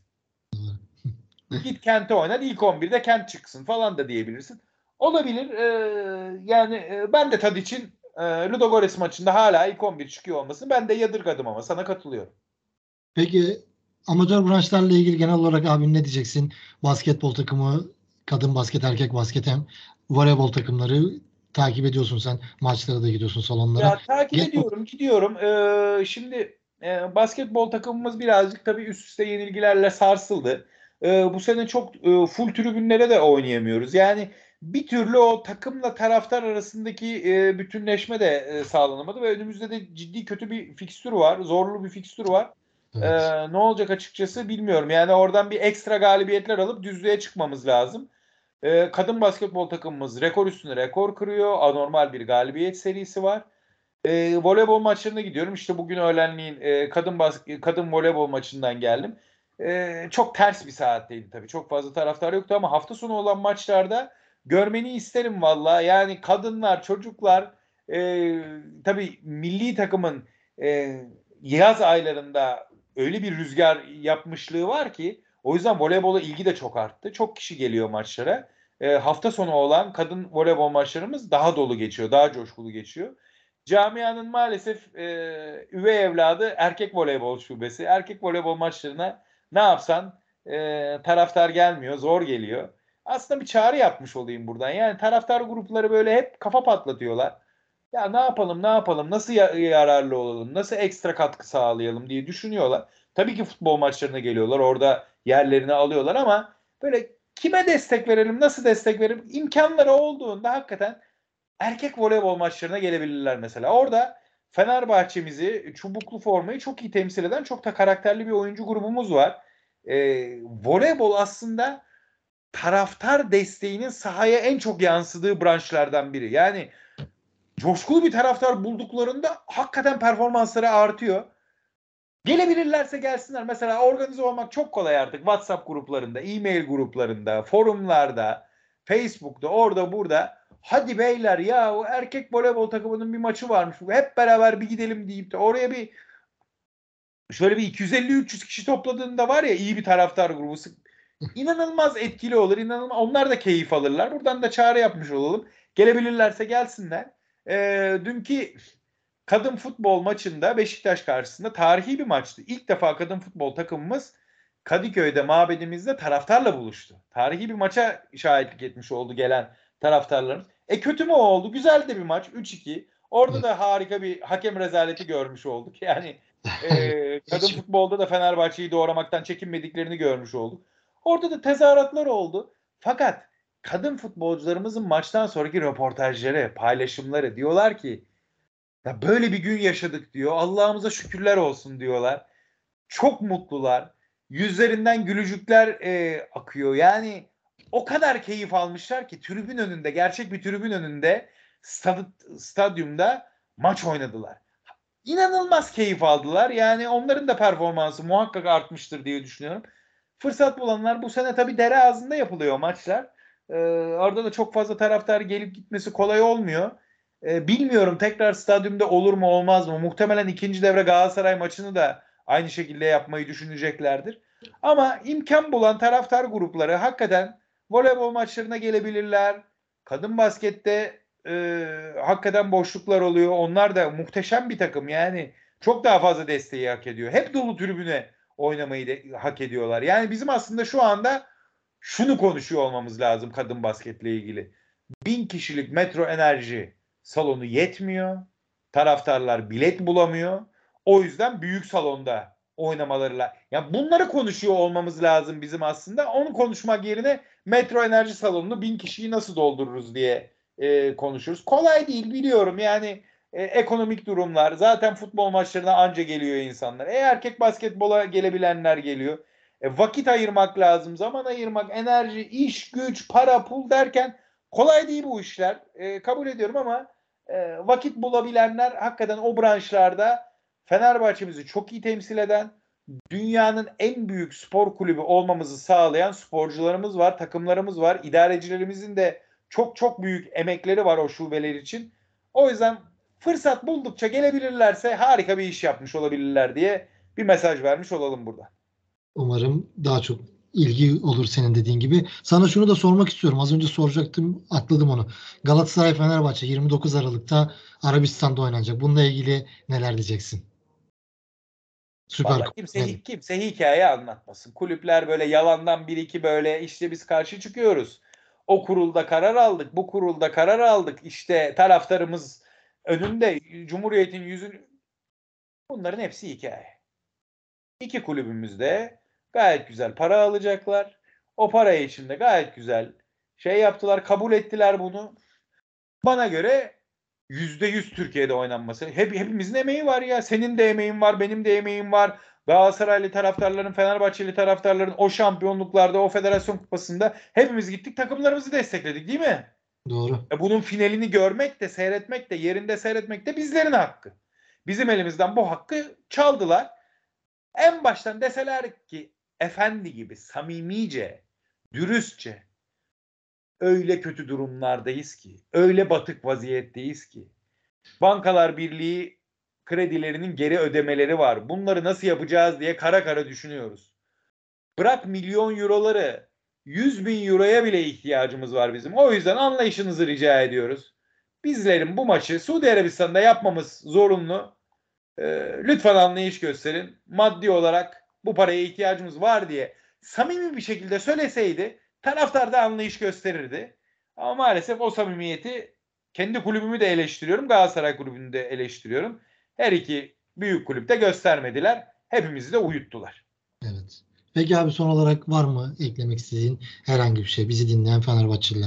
Git Kent'i oynat. İlk on birde Kent çıksın falan da diyebilirsin. Olabilir. Ee, yani e, ben de Tadic'in e, Ludogorets maçında hala ilk on bir çıkıyor olmasını ben de yadırgadım ama sana katılıyorum. Peki amatör branşlarla ilgili genel olarak abim ne diyeceksin? Basketbol takımı, kadın basket, erkek basket, hem voleybol takımları takip ediyorsun sen. Maçlara da gidiyorsun, salonlara. Ya takip Genel ediyorum, gidiyorum. Ee, şimdi e, basketbol takımımız birazcık tabii üst üste yenilgilerle sarsıldı. Ee, bu sene çok e, full tribünlere de oynayamıyoruz. Yani bir türlü o takımla taraftar arasındaki e, bütünleşme de e, sağlanamadı ve önümüzde de ciddi kötü bir fikstür var, zorlu bir fikstür var. evet. Ee, ne olacak açıkçası bilmiyorum. Yani oradan bir ekstra galibiyetler alıp düzlüğe çıkmamız lazım. Ee, kadın basketbol takımımız rekor üstüne rekor kırıyor. Anormal bir galibiyet serisi var. E, voleybol maçlarına gidiyorum. İşte bugün öğlenleyin e, kadın bas kadın voleybol maçından geldim. E, çok ters bir saatteydi tabii. Çok fazla taraftar yoktu ama hafta sonu olan maçlarda görmeni isterim valla. Yani kadınlar, çocuklar e, tabii milli takımın e, yaz aylarında öyle bir rüzgar yapmışlığı var ki o yüzden voleybola ilgi de çok arttı. Çok kişi geliyor maçlara. E, hafta sonu olan kadın voleybol maçlarımız daha dolu geçiyor, daha coşkulu geçiyor. Camianın maalesef e, üvey evladı erkek voleybol şubesi. Erkek voleybol maçlarına ne yapsan e, taraftar gelmiyor, zor geliyor. Aslında bir çağrı yapmış olayım buradan. Yani taraftar grupları böyle hep kafa patlatıyorlar. Ya ne yapalım, ne yapalım, nasıl ya- yararlı olalım, nasıl ekstra katkı sağlayalım diye düşünüyorlar. Tabii ki futbol maçlarına geliyorlar, orada yerlerini alıyorlar ama böyle kime destek verelim, nasıl destek verelim, imkanları olduğunda hakikaten erkek voleybol maçlarına gelebilirler mesela. Orada Fenerbahçe'mizi çubuklu formayı çok iyi temsil eden çok da karakterli bir oyuncu grubumuz var. Ee, voleybol aslında taraftar desteğinin sahaya en çok yansıdığı branşlardan biri. Yani coşkulu bir taraftar bulduklarında hakikaten performansları artıyor. Gelebilirlerse gelsinler. Mesela organize olmak çok kolay artık. WhatsApp gruplarında, e-mail gruplarında, forumlarda, Facebook'ta, orada burada. Hadi beyler ya o erkek voleybol takımının bir maçı varmış. Hep beraber bir gidelim deyip de oraya bir şöyle bir iki yüz elli üç yüz kişi topladığında var ya iyi bir taraftar grubu. İnanılmaz etkili olur. İnanılmaz. Onlar da keyif alırlar. Buradan da çağrı yapmış olalım. Gelebilirlerse gelsinler. Ee, dünkü kadın futbol maçında Beşiktaş karşısında tarihi bir maçtı. İlk defa kadın futbol takımımız Kadıköy'de mabedimizde taraftarla buluştu. Tarihi bir maça şahitlik etmiş oldu gelen taraftarlarımız. E kötü mü oldu? Güzel de bir maç. üç iki. Orada Evet. da harika bir hakem rezaleti görmüş olduk. Yani e, kadın Hiç futbolda da Fenerbahçe'yi doğramaktan çekinmediklerini görmüş olduk. Orada da tezahüratlar oldu. Fakat kadın futbolcularımızın maçtan sonraki röportajları, paylaşımları diyorlar ki ya böyle bir gün yaşadık diyor. Allah'ımıza şükürler olsun diyorlar. Çok mutlular. Yüzlerinden gülücükler e, akıyor. Yani o kadar keyif almışlar ki tribün önünde, gerçek bir tribün önünde stad, stadyumda maç oynadılar. İnanılmaz keyif aldılar. Yani onların da performansı muhakkak artmıştır diye düşünüyorum. Fırsat bulanlar bu sene tabii dere ağzında yapılıyor maçlar. Ee, orada da çok fazla taraftar gelip gitmesi kolay olmuyor. Ee, bilmiyorum tekrar stadyumda olur mu olmaz mı? Muhtemelen ikinci devre Galatasaray maçını da aynı şekilde yapmayı düşüneceklerdir. Ama imkan bulan taraftar grupları hakikaten voleybol maçlarına gelebilirler. Kadın baskette e, hakikaten boşluklar oluyor. Onlar da muhteşem bir takım. Yani çok daha fazla desteği hak ediyor. Hep dolu tribüne oynamayı de, hak ediyorlar. Yani bizim aslında şu anda şunu konuşuyor olmamız lazım kadın basketle ilgili. Bin kişilik Metro Enerji salonu yetmiyor. Taraftarlar bilet bulamıyor. O yüzden büyük salonda oynamalarıyla. Yani bunları konuşuyor olmamız lazım bizim aslında. Onu konuşmak yerine Metro Enerji salonunu bin kişiyi nasıl doldururuz diye e, konuşuruz. Kolay değil biliyorum yani e, ekonomik durumlar. Zaten futbol maçlarına anca geliyor insanlar. E erkek basketbola gelebilenler geliyor. E, vakit ayırmak lazım, zaman ayırmak, enerji, iş, güç, para, pul derken kolay değil bu işler. E, kabul ediyorum ama e, vakit bulabilenler hakikaten o branşlarda Fenerbahçe'mizi çok iyi temsil eden, dünyanın en büyük spor kulübü olmamızı sağlayan sporcularımız var, takımlarımız var. İdarecilerimizin de çok çok büyük emekleri var o şubeler için. O yüzden fırsat buldukça gelebilirlerse harika bir iş yapmış olabilirler diye bir mesaj vermiş olalım burada. Umarım daha çok ilgi olur senin dediğin gibi. Sana şunu da sormak istiyorum. Az önce soracaktım, atladım onu. Galatasaray Fenerbahçe yirmi dokuz Aralık'ta Arabistan'da oynanacak. Bununla ilgili neler diyeceksin? Süper Vallahi kimse Kupa. kimse hikaye anlatmasın. Kulüpler böyle yalandan bir iki böyle işte biz karşı çıkıyoruz. O kurulda karar aldık, bu kurulda karar aldık. İşte taraftarımız önünde Cumhuriyet'in yüzünü bunların hepsi hikaye. İki kulübümüz de gayet güzel para alacaklar. O para için de gayet güzel şey yaptılar, kabul ettiler bunu. Bana göre yüzde yüz Türkiye'de oynanması. Hep, hepimizin emeği var ya. Senin de emeğin var, benim de emeğim var. Galatasaraylı taraftarların, Fenerbahçeli taraftarların o şampiyonluklarda, o federasyon kupasında hepimiz gittik takımlarımızı destekledik değil mi? Doğru. E bunun finalini görmek de, seyretmek de, yerinde seyretmek de bizlerin hakkı. Bizim elimizden bu hakkı çaldılar. En baştan deseler ki efendi gibi, samimice, dürüstçe öyle kötü durumlardayız ki, öyle batık vaziyetteyiz ki. Bankalar Birliği kredilerinin geri ödemeleri var. Bunları nasıl yapacağız diye kara kara düşünüyoruz. Bırak milyon euroları, yüz bin euroya bile ihtiyacımız var bizim. O yüzden anlayışınızı rica ediyoruz. Bizlerin bu maçı Suudi Arabistan'da yapmamız zorunlu. Ee, lütfen anlayış gösterin. Maddi olarak bu paraya ihtiyacımız var diye samimi bir şekilde söyleseydi taraftar da anlayış gösterirdi. Ama maalesef o samimiyeti kendi kulübümü de eleştiriyorum. Galatasaray kulübünü de eleştiriyorum. Her iki büyük kulüpte göstermediler. Hepimizi de uyuttular. Evet. Peki abi son olarak var mı eklemek istediğin herhangi bir şey bizi dinleyen Fenerbahçelilere?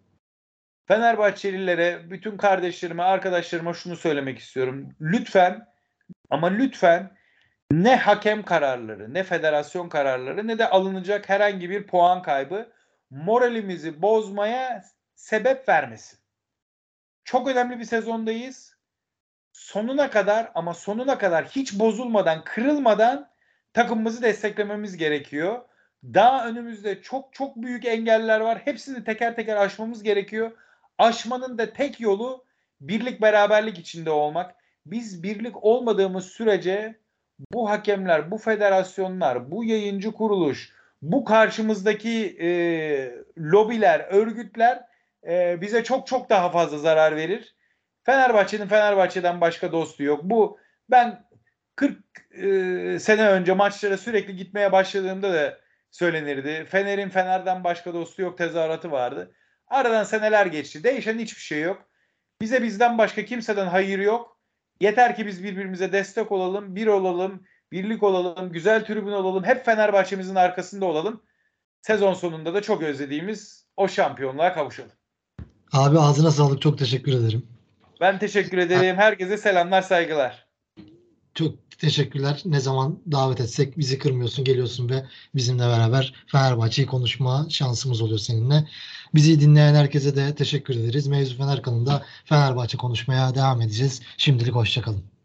Fenerbahçelilere, bütün kardeşlerime, arkadaşlarıma şunu söylemek istiyorum. Lütfen ama lütfen ne hakem kararları, ne federasyon kararları, ne de alınacak herhangi bir puan kaybı moralimizi bozmaya sebep vermesin. Çok önemli bir sezondayız. Sonuna kadar ama sonuna kadar hiç bozulmadan, kırılmadan takımımızı desteklememiz gerekiyor. Daha önümüzde çok çok büyük engeller var. Hepsini teker teker aşmamız gerekiyor. Aşmanın da tek yolu birlik beraberlik içinde olmak. Biz birlik olmadığımız sürece bu hakemler, bu federasyonlar, bu yayıncı kuruluş, bu karşımızdaki e, lobiler, örgütler e, bize çok çok daha fazla zarar verir. Fenerbahçe'nin Fenerbahçe'den başka dostu yok. Bu ben kırk e, sene önce maçlara sürekli gitmeye başladığımda da söylenirdi. Fener'in Fener'den başka dostu yok tezahüratı vardı. Aradan seneler geçti. Değişen hiçbir şey yok. Bize bizden başka kimseden hayır yok. Yeter ki biz birbirimize destek olalım, bir olalım, birlik olalım, güzel tribün olalım. Hep Fenerbahçe'mizin arkasında olalım. Sezon sonunda da çok özlediğimiz o şampiyonluğa kavuşalım. Abi ağzına sağlık. Çok teşekkür ederim. Ben teşekkür ederim. Herkese selamlar, saygılar. Çok Teşekkürler. Ne zaman davet etsek bizi kırmıyorsun, geliyorsun ve bizimle beraber Fenerbahçe'yi konuşma şansımız oluyor seninle. Bizi dinleyen herkese de teşekkür ederiz. Mevzu Fener kanalında Fenerbahçe konuşmaya devam edeceğiz. Şimdilik hoşça kalın.